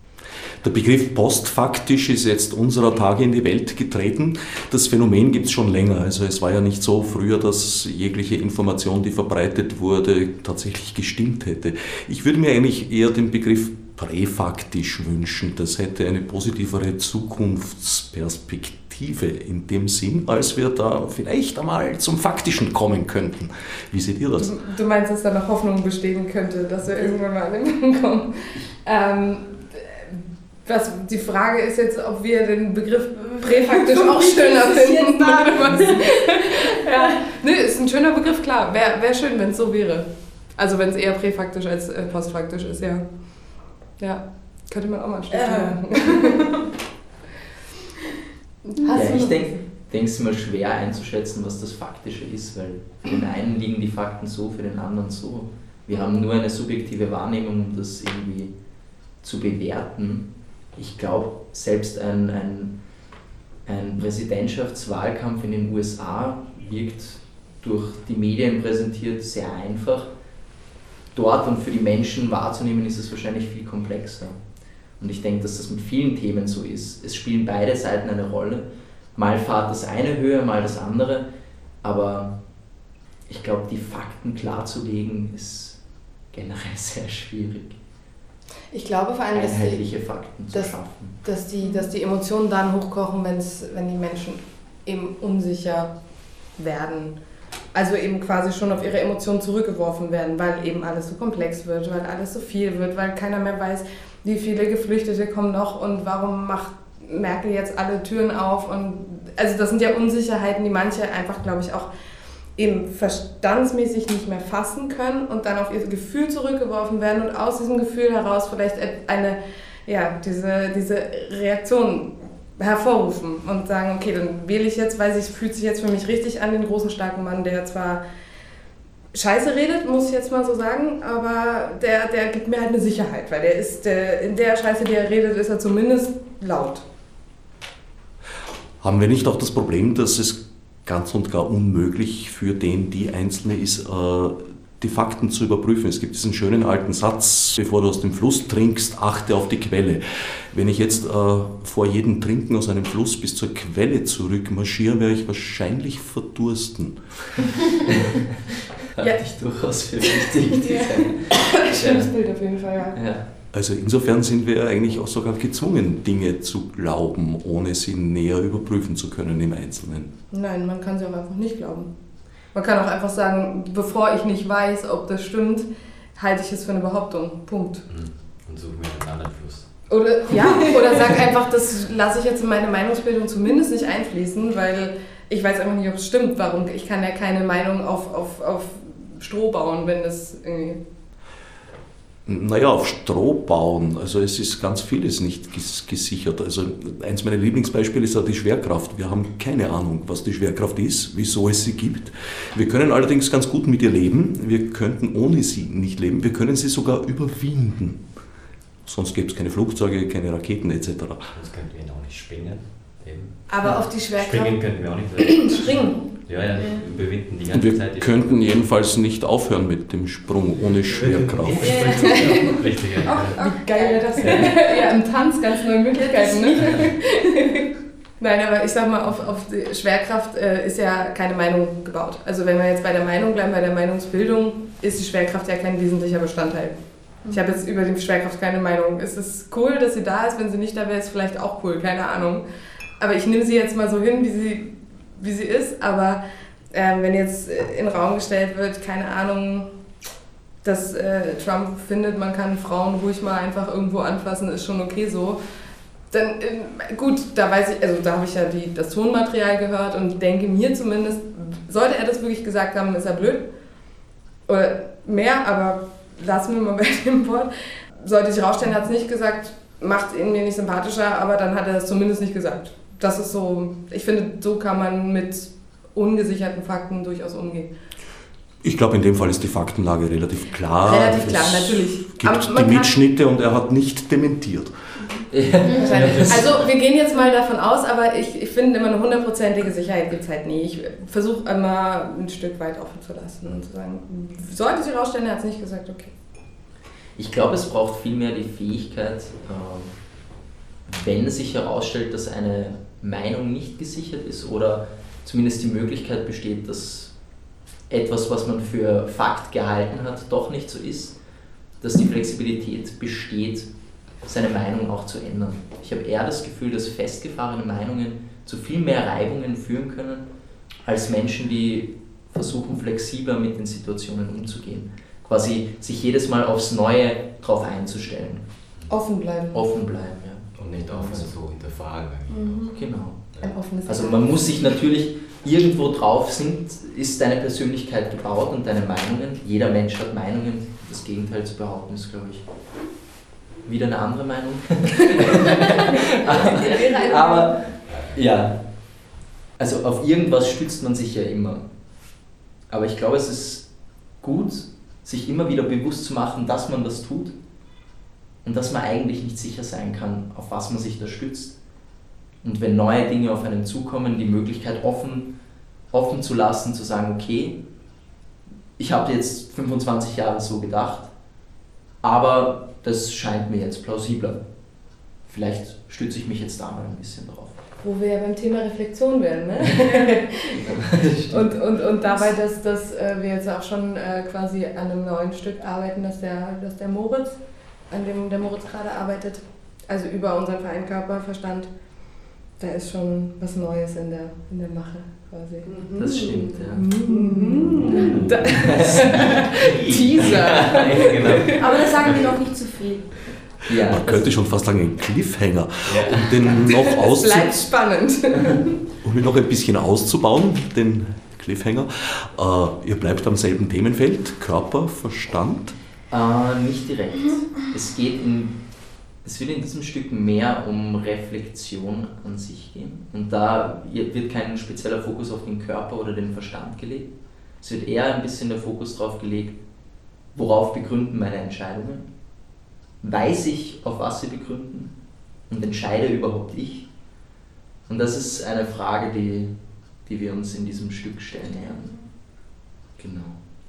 Der Begriff postfaktisch ist jetzt unserer Tage in die Welt getreten. Das Phänomen gibt es schon länger. Also es war ja nicht so früher, dass jegliche Information, die verbreitet wurde, tatsächlich gestimmt hätte. Ich würde mir eigentlich eher den Begriff präfaktisch wünschen. Das hätte eine positivere Zukunftsperspektive in dem Sinn, als wir da vielleicht einmal zum Faktischen kommen könnten. Wie seht ihr das? Du, du meinst, dass da noch Hoffnung bestehen könnte, dass wir irgendwann mal an den Punkt kommen? Ähm, Was, die Frage ist jetzt, ob wir den Begriff präfaktisch auch schöner finden. Ja. Nee, ist ein schöner Begriff, klar. Wäre wär schön, wenn es so wäre. Also wenn es eher präfaktisch als äh, postfaktisch ist, ja. Ja, könnte man auch mal ein Stück äh. machen. Ja, ich denke, denke, es ist immer schwer einzuschätzen, was das Faktische ist, weil für den einen liegen die Fakten so, für den anderen so. Wir haben nur eine subjektive Wahrnehmung, um das irgendwie zu bewerten. Ich glaube, selbst ein, ein, ein Präsidentschaftswahlkampf in den U S A wirkt durch die Medien präsentiert sehr einfach. Dort und für die Menschen wahrzunehmen, ist es wahrscheinlich viel komplexer. Und ich denke, dass das mit vielen Themen so ist. Es spielen beide Seiten eine Rolle. Mal fahrt das eine höher, mal das andere. Aber ich glaube, die Fakten klarzulegen, ist generell sehr schwierig. Ich glaube vor allem, dass einheitliche die, Fakten zu dass, schaffen. Dass die, dass die Emotionen dann hochkochen, wenn's, wenn die Menschen eben unsicher werden. Also eben quasi schon auf ihre Emotionen zurückgeworfen werden, weil eben alles so komplex wird, weil alles so viel wird, weil keiner mehr weiß, wie viele Geflüchtete kommen noch und warum macht Merkel jetzt alle Türen auf. Und also das sind ja Unsicherheiten, die manche einfach, glaube ich, auch eben verstandsmäßig nicht mehr fassen können und dann auf ihr Gefühl zurückgeworfen werden und aus diesem Gefühl heraus vielleicht eine, ja, diese, diese Reaktion hervorrufen und sagen, okay, dann wähle ich jetzt, weil es fühlt sich jetzt für mich richtig an, den großen, starken Mann, der zwar Scheiße redet, muss ich jetzt mal so sagen, aber der, der gibt mir halt eine Sicherheit, weil der ist, der, in der Scheiße, die er redet, ist er zumindest laut. Haben wir nicht auch das Problem, dass es ganz und gar unmöglich für den, die Einzelne ist, die Fakten zu überprüfen? Es gibt diesen schönen alten Satz, bevor du aus dem Fluss trinkst, achte auf die Quelle. Wenn ich jetzt vor jedem Trinken aus einem Fluss bis zur Quelle zurückmarschiere, werde ich wahrscheinlich verdursten. Halte ich durchaus für wichtig. Ja. Schönes Bild auf jeden Fall, ja. Ja. Also insofern sind wir eigentlich auch sogar gezwungen, Dinge zu glauben, ohne sie näher überprüfen zu können im Einzelnen. Nein, man kann sie auch einfach nicht glauben. Man kann auch einfach sagen, bevor ich nicht weiß, ob das stimmt, halte ich es für eine Behauptung. Punkt. Und suche mir einen anderen Fluss. Oder, ja, oder sag einfach, das lasse ich jetzt in meine Meinungsbildung zumindest nicht einfließen, weil ich weiß einfach nicht, ob es stimmt. Warum? Ich kann ja keine Meinung auf, auf, auf Stroh bauen, wenn das irgendwie... Naja, auf Stroh bauen, also es ist ganz vieles nicht gesichert. Also eins meiner Lieblingsbeispiele ist ja die Schwerkraft. Wir haben keine Ahnung, was die Schwerkraft ist, wieso es sie gibt. Wir können allerdings ganz gut mit ihr leben. Wir könnten ohne sie nicht leben. Wir können sie sogar überwinden. Sonst gäbe es keine Flugzeuge, keine Raketen et cetera. Sonst könnten wir auch nicht springen. Eben. Aber auf die Schwerkraft... Springen könnten wir auch nicht. Springen? Ja, ja, überwinden die ganze Und wir Zeit. Wir könnten jedenfalls nicht aufhören mit dem Sprung ohne Schwerkraft. Ja, richtig, ja. Ach, wie geil wäre das denn? Ja, im Tanz ganz neue Möglichkeiten, ne? Nein, aber ich sag mal, auf, auf die Schwerkraft äh, ist ja keine Meinung gebaut. Also wenn wir jetzt bei der Meinung bleiben, bei der Meinungsbildung, ist die Schwerkraft ja kein wesentlicher Bestandteil. Ich habe jetzt über die Schwerkraft keine Meinung. Es ist cool, dass sie da ist, wenn sie nicht da wäre, ist vielleicht auch cool, keine Ahnung. Aber ich nehme sie jetzt mal so hin, wie sie... wie sie ist, aber äh, wenn jetzt in den Raum gestellt wird, keine Ahnung, dass äh, Trump findet, man kann Frauen ruhig mal einfach irgendwo anfassen, ist schon okay so, dann äh, gut, da weiß ich, also da habe ich ja die, das Tonmaterial gehört und denke mir zumindest, sollte er das wirklich gesagt haben, ist er blöd oder mehr, aber lassen wir mal bei dem Wort, sollte sich rausstellen, hat es nicht gesagt, macht ihn mir nicht sympathischer, aber dann hat er es zumindest nicht gesagt. Das ist so, ich finde, so kann man mit ungesicherten Fakten durchaus umgehen. Ich glaube, in dem Fall ist die Faktenlage relativ klar. Relativ klar, es natürlich. Es gibt die Mitschnitte und er hat nicht dementiert. Also wir gehen jetzt mal davon aus, aber ich, ich finde immer eine hundertprozentige Sicherheit gibt es halt nie. Ich versuche immer ein Stück weit offen zu lassen und zu sagen, sollte sie rausstellen, er hat es nicht gesagt, okay. Ich glaube, es braucht vielmehr die Fähigkeit, wenn sich herausstellt, dass eine Meinung nicht gesichert ist oder zumindest die Möglichkeit besteht, dass etwas, was man für Fakt gehalten hat, doch nicht so ist, dass die Flexibilität besteht, seine Meinung auch zu ändern. Ich habe eher das Gefühl, dass festgefahrene Meinungen zu viel mehr Reibungen führen können, als Menschen, die versuchen, flexibler mit den Situationen umzugehen. Quasi sich jedes Mal aufs Neue darauf einzustellen. Offen bleiben. Offen bleiben, ja. Und nicht offen so hinterfragen. Mhm. Genau. Ein offenes Also man muss sich natürlich irgendwo drauf sind, ist deine Persönlichkeit gebaut und deine Meinungen. Jeder Mensch hat Meinungen. Das Gegenteil zu behaupten ist, glaube ich, wieder eine andere Meinung. Aber ja, also auf irgendwas stützt man sich ja immer. Aber ich glaube, es ist gut, sich immer wieder bewusst zu machen, dass man das tut und dass man eigentlich nicht sicher sein kann, auf was man sich da stützt. Und wenn neue Dinge auf einen zukommen, die Möglichkeit offen, offen zu lassen, zu sagen, okay, ich habe jetzt fünfundzwanzig Jahre so gedacht, aber das scheint mir jetzt plausibler. Vielleicht stütze ich mich jetzt da mal ein bisschen drauf. Wo wir ja beim Thema Reflexion werden, ne? und, und, und dabei, dass, dass wir jetzt auch schon quasi an einem neuen Stück arbeiten, dass der, dass der Moritz, an dem der Moritz gerade arbeitet, also über unseren Verein Körper, Verstand, da ist schon was Neues in der, in der Mache quasi. Das stimmt, ja. Mhm. Da, Teaser. Genau. Aber da sagen wir noch nicht zu viel. Ja, Man könnte schon fast sagen, ein Cliffhanger, um den noch es bleibt auszu- spannend. um ihn noch ein bisschen auszubauen, den Cliffhanger. Äh, ihr bleibt am selben Themenfeld, Körper, Verstand. Äh, nicht direkt. Es geht in, es wird in diesem Stück mehr um Reflexion an sich gehen. Und da wird kein spezieller Fokus auf den Körper oder den Verstand gelegt. Es wird eher ein bisschen der Fokus darauf gelegt, worauf begründen meine Entscheidungen. Weiß ich, auf was sie begründen? Und entscheide überhaupt ich? Und das ist eine Frage, die, die wir uns in diesem Stück stellen werden. Genau.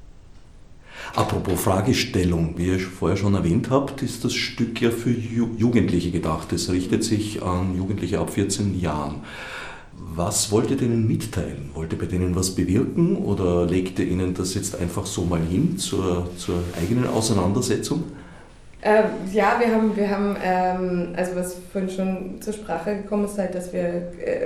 Apropos Fragestellung, wie ihr vorher schon erwähnt habt, ist das Stück ja für Ju- Jugendliche gedacht. Es richtet sich an Jugendliche ab vierzehn Jahren. Was wollt ihr denen mitteilen? Wollt ihr bei denen was bewirken oder legt ihr ihnen das jetzt einfach so mal hin zur, zur eigenen Auseinandersetzung? Ähm, ja, wir haben, wir haben ähm, also was vorhin schon zur Sprache gekommen ist, halt, dass wir äh,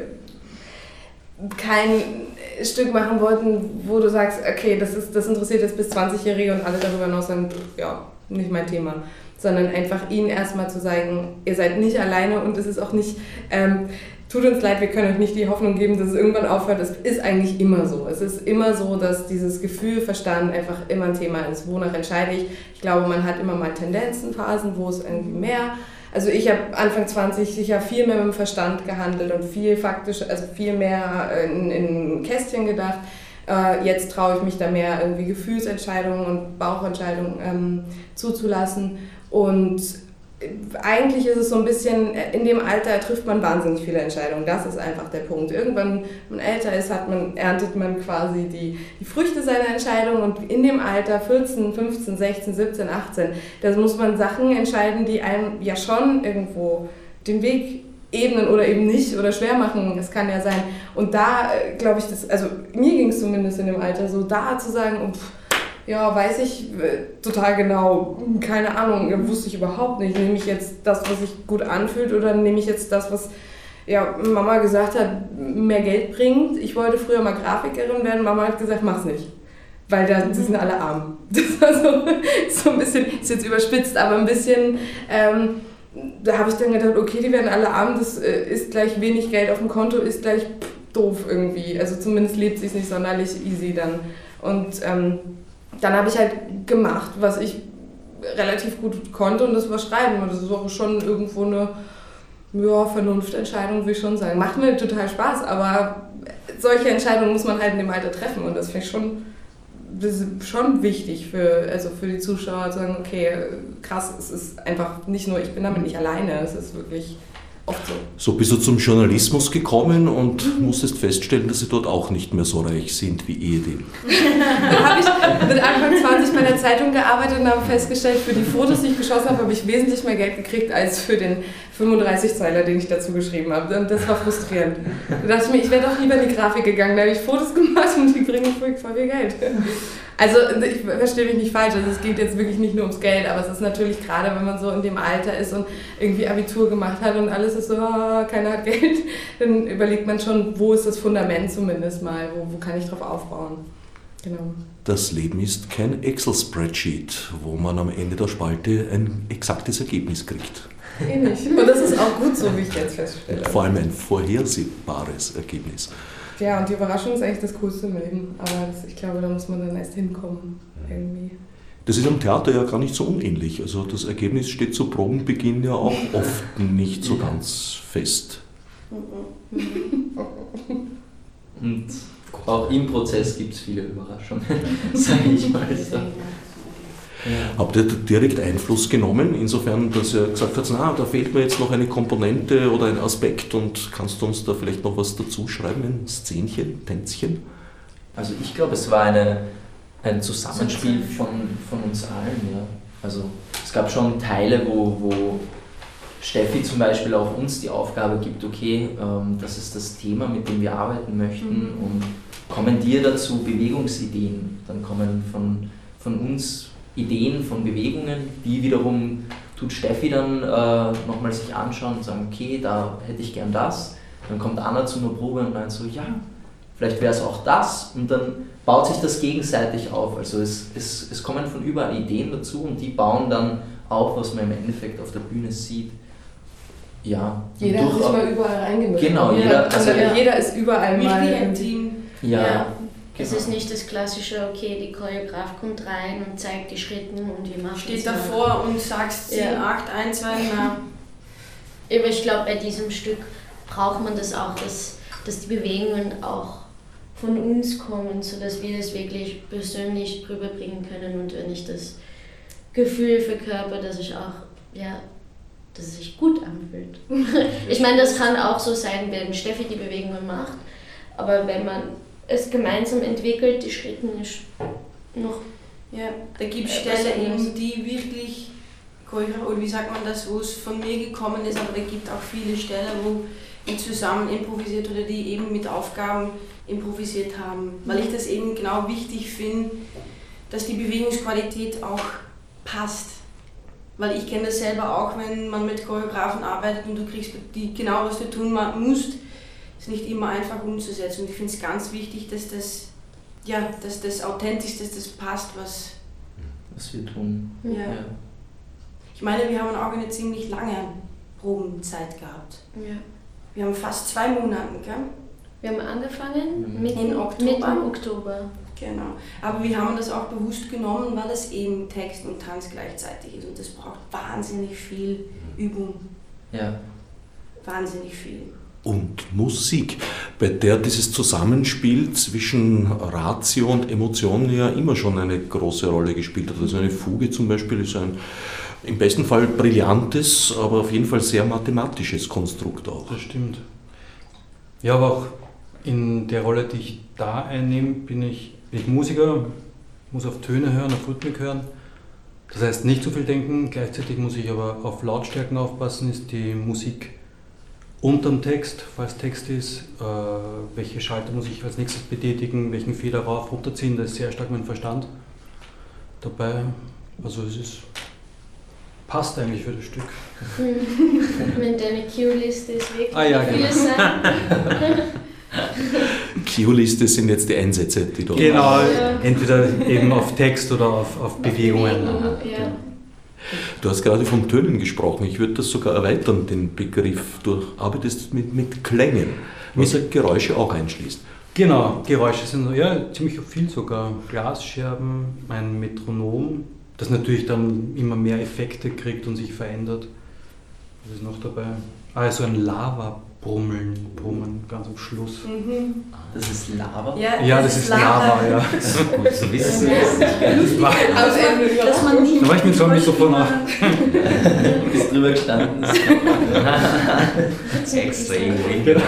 kein Stück machen wollten, wo du sagst, okay, das, ist, das interessiert jetzt bis zwanzigjährige und alle darüber hinaus sagen, ja, nicht mein Thema. Sondern einfach ihnen erstmal zu sagen, ihr seid nicht alleine und es ist auch nicht, ähm, tut uns leid, wir können euch nicht die Hoffnung geben, dass es irgendwann aufhört. Es ist eigentlich immer so. Es ist immer so, dass dieses Gefühl, Verstand einfach immer ein Thema ist. Wonach entscheide ich? Ich glaube, man hat immer mal Tendenzen, Phasen, wo es irgendwie mehr. Also ich habe Anfang zwanzig sicher viel mehr mit dem Verstand gehandelt und viel faktisch, also viel mehr in, in Kästchen gedacht. Äh, jetzt traue ich mich da mehr irgendwie Gefühlsentscheidungen und Bauchentscheidungen ähm, zuzulassen. Und eigentlich ist es so ein bisschen, in dem Alter trifft man wahnsinnig viele Entscheidungen. Das ist einfach der Punkt. Irgendwann, wenn man älter ist, hat man, erntet man quasi die, die Früchte seiner Entscheidung und in dem Alter, vierzehn, fünfzehn, sechzehn, siebzehn, achtzehn, da muss man Sachen entscheiden, die einem ja schon irgendwo den Weg ebnen oder eben nicht oder schwer machen. Das kann ja sein. Und da, glaube ich, das, also mir ging es zumindest in dem Alter so, da zu sagen, oh, pff, ja, weiß ich äh, total genau, keine Ahnung, wusste ich überhaupt nicht. Nehme ich jetzt das, was sich gut anfühlt oder nehme ich jetzt das, was ja, Mama gesagt hat, mehr Geld bringt? Ich wollte früher mal Grafikerin werden, Mama hat gesagt, mach's nicht, weil da, die sind alle arm. Das war so, so ein bisschen, ist jetzt überspitzt, aber ein bisschen, ähm, da habe ich dann gedacht, okay, die werden alle arm, das äh, ist gleich wenig Geld auf dem Konto, ist gleich pff, doof irgendwie. Also zumindest lebt es sich nicht sonderlich easy dann. Und ähm, dann habe ich halt gemacht, was ich relativ gut konnte und das war Schreiben. Und das ist auch schon irgendwo eine ja, Vernunftentscheidung, würde ich schon sagen. Macht mir total Spaß, aber solche Entscheidungen muss man halt in dem Alter treffen und das finde ich schon, das ist schon wichtig für, also für die Zuschauer zu sagen, okay, krass, es ist einfach nicht nur, ich bin damit nicht alleine, es ist wirklich oft so. So bist du zum Journalismus gekommen und musstest feststellen, dass sie dort auch nicht mehr so reich sind wie Ehedem. Dann habe ich mit Anfang zwanzig bei der Zeitung gearbeitet und habe festgestellt, für die Fotos, die ich geschossen habe, habe ich wesentlich mehr Geld gekriegt als für den fünfunddreißig-Zeiler, den ich dazu geschrieben habe. Und das war frustrierend. Da dachte ich mir, ich wäre doch lieber in die Grafik gegangen, da habe ich Fotos gemacht und die bringen voll viel Geld. Also ich verstehe mich nicht falsch, also es geht jetzt wirklich nicht nur ums Geld, aber es ist natürlich gerade, wenn man so in dem Alter ist und irgendwie Abitur gemacht hat und alles ist so, oh, keiner hat Geld, dann überlegt man schon, wo ist das Fundament zumindest mal, wo, wo kann ich drauf aufbauen. Genau. Das Leben ist kein Excel-Spreadsheet, wo man am Ende der Spalte ein exaktes Ergebnis kriegt. Eh nicht. Und das ist auch gut so, wie ich jetzt feststelle. Vor allem ein vorhersehbares Ergebnis. Ja, und die Überraschung ist eigentlich das Coolste im Leben. Aber das, ich glaube, da muss man dann erst hinkommen, irgendwie. Das ist am Theater ja gar nicht so unähnlich. Also das Ergebnis steht zu Probenbeginn ja auch oft nicht so ganz fest. Und auch im Prozess gibt es viele Überraschungen, sage ich mal so. Ja. Habt ihr direkt Einfluss genommen, insofern, dass ihr gesagt habt, na, da fehlt mir jetzt noch eine Komponente oder ein Aspekt und kannst du uns da vielleicht noch was dazu schreiben, ein Szenchen, Tänzchen? Also ich glaube, es war eine, ein Zusammenspiel von, von uns allen. Ja. Also es gab schon Teile, wo, wo Steffi zum Beispiel auch uns die Aufgabe gibt, okay, ähm, das ist das Thema, mit dem wir arbeiten möchten, mhm. und kommen dir dazu Bewegungsideen. Dann kommen von, von uns Ideen von Bewegungen, die wiederum tut Steffi dann äh, nochmal sich anschauen und sagen, okay, da hätte ich gern das. Dann kommt Anna zu einer Probe und meint so, ja, vielleicht wäre es auch das, und dann baut sich das gegenseitig auf. Also es, es, es kommen von überall Ideen dazu und die bauen dann auf, was man im Endeffekt auf der Bühne sieht. Ja. Jeder hat sich mal überall reingemischt. Genau, jeder, also ja. jeder ist überall mal im Team. Ja. ja. Es ist nicht das klassische, okay, die Choreograf kommt rein und zeigt die Schritte und wir machen Steht davor und sagst zehn, acht, eins, zwei, na. Aber ich glaube, bei diesem Stück braucht man das auch, dass, dass die Bewegungen auch von uns kommen, sodass wir das wirklich persönlich rüberbringen können und wenn ich das Gefühl verkörper, dass ich auch, ja, dass es sich gut anfühlt. Ich meine, das kann auch so sein, wenn Steffi die Bewegungen macht, aber wenn man es gemeinsam entwickelt, die Schritte ist noch... Ja, da gibt es Stellen eben, die wirklich, oder wie sagt man das, wo es von mir gekommen ist, aber da gibt auch viele Stellen, wo wir zusammen improvisiert oder die eben mit Aufgaben improvisiert haben. Weil ich das eben genau wichtig finde, dass die Bewegungsqualität auch passt. Weil ich kenne das selber auch, wenn man mit Choreografen arbeitet und du kriegst die, genau, was du tun musst, ist nicht immer einfach umzusetzen. Und ich finde es ganz wichtig, dass das, ja, dass das authentisch ist, dass das passt, was, was wir tun. Ja. Ja. Ich meine, wir haben auch eine ziemlich lange Probenzeit gehabt. Ja. Wir haben fast zwei Monate, gell? Wir haben angefangen mit in Oktober. Mitte Oktober. Genau. Aber wir haben das auch bewusst genommen, weil es eben Text und Tanz gleichzeitig ist. Und das braucht wahnsinnig viel Übung. Ja. Wahnsinnig viel. Und Musik, bei der dieses Zusammenspiel zwischen Ratio und Emotion ja immer schon eine große Rolle gespielt hat. Also eine Fuge zum Beispiel ist ein im besten Fall brillantes, aber auf jeden Fall sehr mathematisches Konstrukt auch. Das stimmt. Ja, aber auch in der Rolle, die ich da einnehme, bin ich, bin ich Musiker, muss auf Töne hören, auf Rhythmik hören. Das heißt, nicht zu viel denken, gleichzeitig muss ich aber auf Lautstärken aufpassen, ist die Musik unterm Text, falls Text ist, äh, welche Schalter muss ich als nächstes betätigen, welchen Fehler rauf, runterziehen, da ist sehr stark mein Verstand dabei. Also es ist, passt eigentlich für das Stück. Wenn deine Cue-Liste ist wirklich ah, ja, viel genau. sein. Cue-Liste sind jetzt die Einsätze, die du Genau, ja. Entweder eben auf Text oder auf, auf Bewegungen. Ja. Du hast gerade von Tönen gesprochen. Ich würde das sogar erweitern, den Begriff. Du arbeitest mit, mit Klängen, was ja Geräusche auch einschließt. Genau, Geräusche sind ja ziemlich viel sogar. Glasscherben, ein Metronom, das natürlich dann immer mehr Effekte kriegt und sich verändert. Was ist noch dabei? Ah, so ein Lava-Brummeln, Brummen, ganz am Schluss. Mhm. Das ist Lava? Ja, ja das, das ist Lava, Lava ja. Das ist gut zu wissen. Lustig, dass man nicht... Da war ich mit so einem Mikrofon nach. Du bist drüber gestanden. Extrem nice.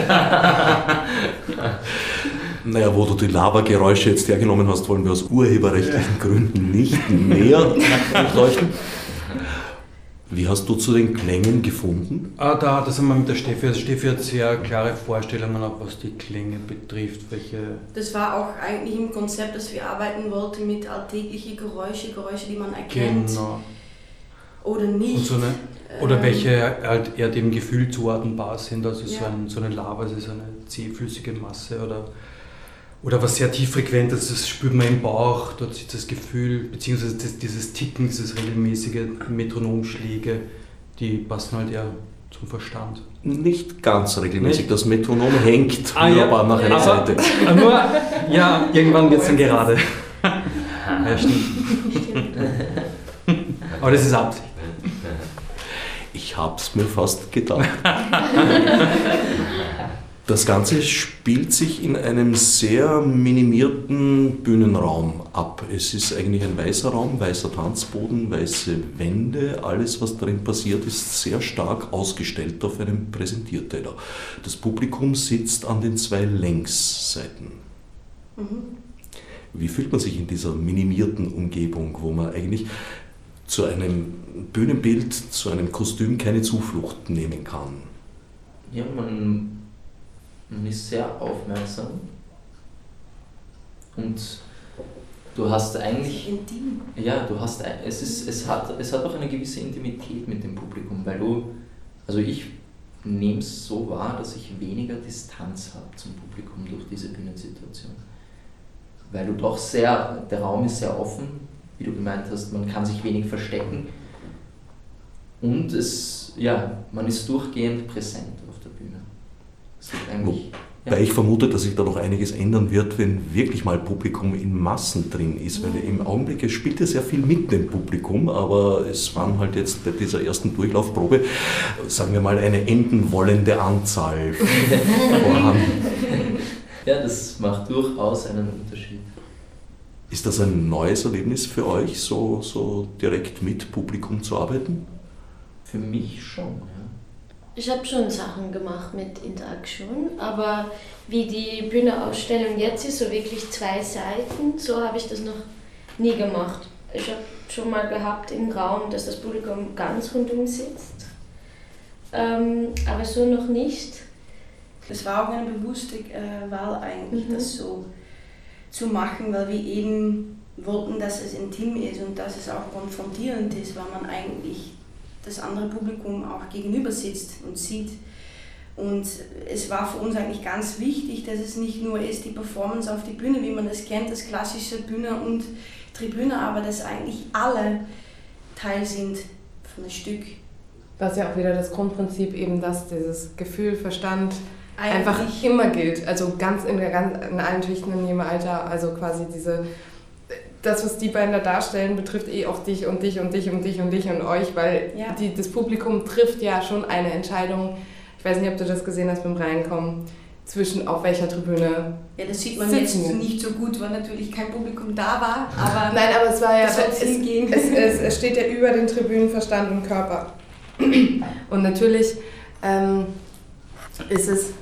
Naja, wo du die Lava-Geräusche jetzt hergenommen hast, wollen wir aus urheberrechtlichen Gründen nicht näher beleuchten. Wie hast du zu den Klängen gefunden? Ah, da, das haben wir mit der Steffi. Also Steffi hat sehr klare Vorstellungen, auch was die Klänge betrifft. Welche das war auch eigentlich im Konzept, dass wir arbeiten wollten mit alltäglichen Geräusche, Geräusche, die man erkennt. Genau. Oder nicht. Und so eine, oder ähm, welche halt eher dem Gefühl zuordnenbar sind. Also ja. so, ein, so eine Lava, das ist eine zähflüssige Masse. Oder, oder was sehr tieffrequentes, das spürt man im Bauch, dort sitzt das Gefühl, beziehungsweise das, dieses Ticken, dieses regelmäßige Metronomschläge, die passen halt eher zum Verstand. Nicht ganz regelmäßig, Nicht? Das Metronom hängt ah, ja. aber nach einer aber, Seite. Nur, ja, irgendwann wird es dann gerade. Ja, stimmt. Aber das ist Absicht. Ich hab's mir fast gedacht. Das Ganze spielt sich in einem sehr minimierten Bühnenraum ab. Es ist eigentlich ein weißer Raum, weißer Tanzboden, weiße Wände. Alles, was darin passiert, ist sehr stark ausgestellt auf einem Präsentierteller. Das Publikum sitzt an den zwei Längsseiten. Mhm. Wie fühlt man sich in dieser minimierten Umgebung, wo man eigentlich zu einem Bühnenbild, zu einem Kostüm keine Zuflucht nehmen kann? Ja, man... Man ist sehr aufmerksam und du hast eigentlich, intim. Ja, du hast, es ist, es hat, es hat auch eine gewisse Intimität mit dem Publikum, weil du, also ich nehme es so wahr, dass ich weniger Distanz habe zum Publikum durch diese Bühnensituation, weil du doch sehr, der Raum ist sehr offen, wie du gemeint hast, man kann sich wenig verstecken und es, ja, man ist durchgehend präsent auf der Bühne. Weil ja. ich vermute, dass sich da noch einiges ändern wird, wenn wirklich mal Publikum in Massen drin ist, weil im Augenblick, es spielt ja sehr viel mit dem Publikum, aber es waren halt jetzt bei dieser ersten Durchlaufprobe, sagen wir mal, eine enden wollende Anzahl vorhanden. Ja, das macht durchaus einen Unterschied. Ist das ein neues Erlebnis für euch, so, so direkt mit Publikum zu arbeiten? Für mich schon, ja. Ich habe schon Sachen gemacht mit Interaktion, aber wie die Bühneausstellung jetzt ist, so wirklich zwei Seiten, so habe ich das noch nie gemacht. Ich habe schon mal gehabt im Raum, dass das Publikum ganz rundum sitzt, ähm, aber so noch nicht. Es war auch eine bewusste äh, Wahl eigentlich, Mhm. das so zu machen, weil wir eben wollten, dass es intim ist und dass es auch konfrontierend ist, weil man eigentlich das andere Publikum auch gegenüber sitzt und sieht. Und es war für uns eigentlich ganz wichtig, dass es nicht nur ist die Performance auf die Bühne, wie man das kennt, das klassische Bühne und Tribüne, aber dass eigentlich alle Teil sind von dem Stück. Was ja auch wieder das Grundprinzip eben, dass dieses Gefühl, Verstand Eigentlich einfach immer gilt. Also ganz in, der, ganz in allen Schichten in jedem Alter, also quasi diese... Das, was die beiden da darstellen, betrifft eh auch dich und dich und dich und dich und dich und euch, weil ja. die, das Publikum trifft ja schon eine Entscheidung, ich weiß nicht, ob du das gesehen hast beim Reinkommen, zwischen auf welcher Tribüne. Ja, das sieht man sitzen. jetzt nicht so gut, weil natürlich kein Publikum da war, aber Nein, aber es war ja, das soll es, hingehen. es, es, es steht ja über den Tribünen Verstand und Körper. Und natürlich ähm, ist es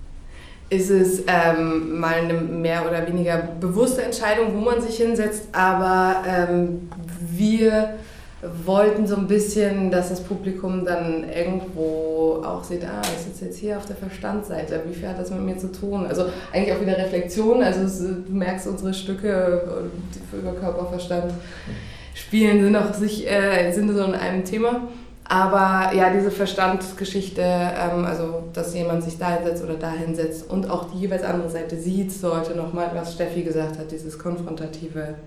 ist es ähm, mal eine mehr oder weniger bewusste Entscheidung, wo man sich hinsetzt, aber ähm, wir wollten so ein bisschen, dass das Publikum dann irgendwo auch sieht, ah, ich sitze jetzt hier auf der Verstandsseite, wie viel hat das mit mir zu tun? Also eigentlich auch wieder Reflexion, also es, du merkst, unsere Stücke, die über Körper, Verstand spielen, sind auch sich, äh, sind so in einem Thema. Aber ja, diese Verstandsgeschichte, ähm, also dass jemand sich da hinsetzt oder da hinsetzt und auch die jeweils andere Seite sieht, sollte nochmal, was Steffi gesagt hat, dieses Konfrontative,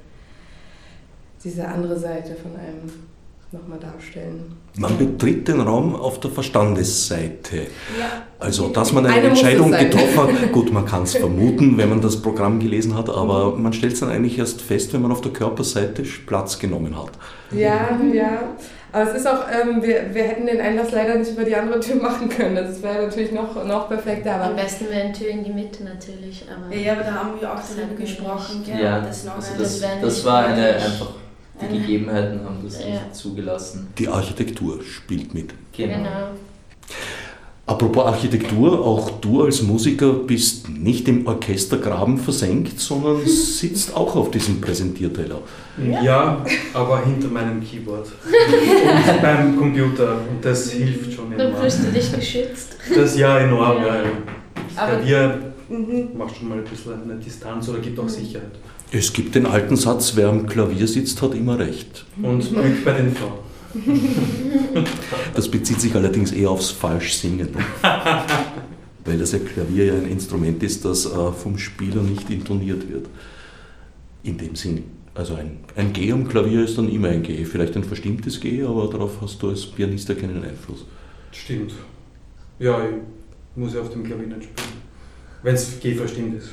diese andere Seite von einem nochmal darstellen. Man betritt den Raum auf der Verstandesseite. Ja. Also, dass man eine, Eine Entscheidung muss es sein. getroffen hat, gut, man kann es vermuten, wenn man das Programm gelesen hat, aber man stellt es dann eigentlich erst fest, wenn man auf der Körperseite Platz genommen hat. Ja, ja. Aber es ist auch, ähm, wir, wir hätten den Einlass leider nicht über die andere Tür machen können. Das wäre natürlich noch, noch perfekter. Aber Am besten wäre eine Tür in die Mitte natürlich. Aber Ja, aber da haben wir auch Das darüber hatten wir gesprochen. nicht. Genau, Ja, das noch also eine- das, wäre das nicht war eine, möglich. einfach, die Eine- Gegebenheiten haben das Ja. nicht zugelassen. Die Architektur spielt mit. genau. Apropos Architektur, auch du als Musiker bist nicht im Orchestergraben versenkt, sondern sitzt auch auf diesem Präsentierteller. Ja, ja, aber hinter meinem Keyboard und beim Computer und das hilft schon Dann enorm. fühlst du dich geschützt. Das ja enorm, ja. Das Aber- Klavier Mhm. macht schon mal ein bisschen eine Distanz oder gibt auch Sicherheit. Es gibt den alten Satz, wer am Klavier sitzt, hat immer recht. Und Glück bei den Frauen. Das bezieht sich allerdings eher aufs Falschsingen. Weil das ja Klavier ja ein Instrument ist, das äh, vom Spieler nicht intoniert wird. In dem Sinn. Also ein, ein G am Klavier ist dann immer ein G. Vielleicht ein verstimmtes G, aber darauf hast du als Pianist ja keinen Einfluss. Stimmt. Ja, ich muss ja auf dem Klavier nicht spielen. Wenn es G verstimmt ist.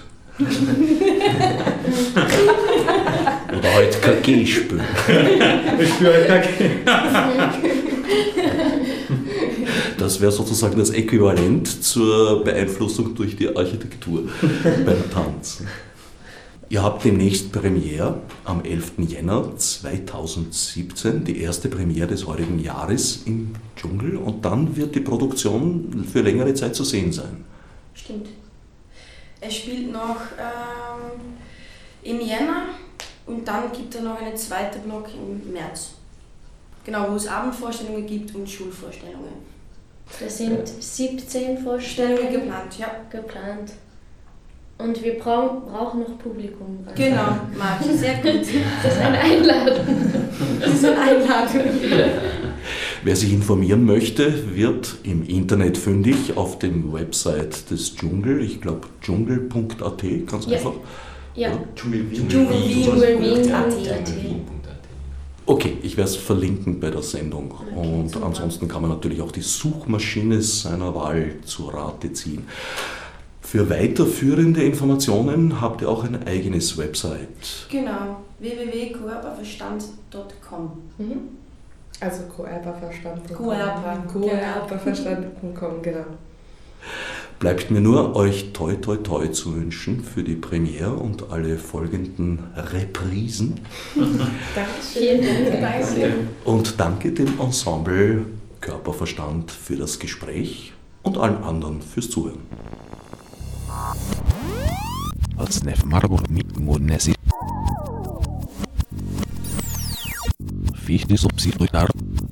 Oder halt kein G spielen. Ich spüre halt kein G. das wäre sozusagen das Äquivalent zur Beeinflussung durch die Architektur beim Tanz. Ihr habt demnächst Premiere am elften Jänner zweitausendsiebzehn, die erste Premiere des heurigen Jahres im Dschungel, und dann wird die Produktion für längere Zeit zu sehen sein. Stimmt. Es spielt noch ähm, im Jänner und dann gibt es noch einen zweiten Block im März. Genau, wo es Abendvorstellungen gibt und Schulvorstellungen. Das sind siebzehn Vorstellungen geplant, ja. geplant. Und wir brauchen, brauchen noch Publikum. Genau, Martin, sehr gut. Das ist eine Einladung. Das ist eine Einladung. Wer sich informieren möchte, wird im Internet fündig auf dem Website des Dschungel, ich glaube dschungel punkt a t, ganz ja. einfach. Ja. Dschungelwien. Okay, ich werde es verlinken bei der Sendung. Okay, und super. ansonsten kann man natürlich auch die Suchmaschine seiner Wahl zu Rate ziehen. Für weiterführende Informationen habt ihr auch ein eigenes Website. Genau, w w w punkt körperverstand punkt com. Mhm. Also Coerperverstand punkt com. Coerper. Coerperverstand punkt com, genau. Bleibt mir nur, euch toi toi toi zu wünschen für die Premiere und alle folgenden Reprisen. Dankeschön. Vielen Dank. Danke. Und danke dem Ensemble Körperverstand für das Gespräch und allen anderen fürs Zuhören. Als nef Margot mit Monesi. Fichte subsidiar.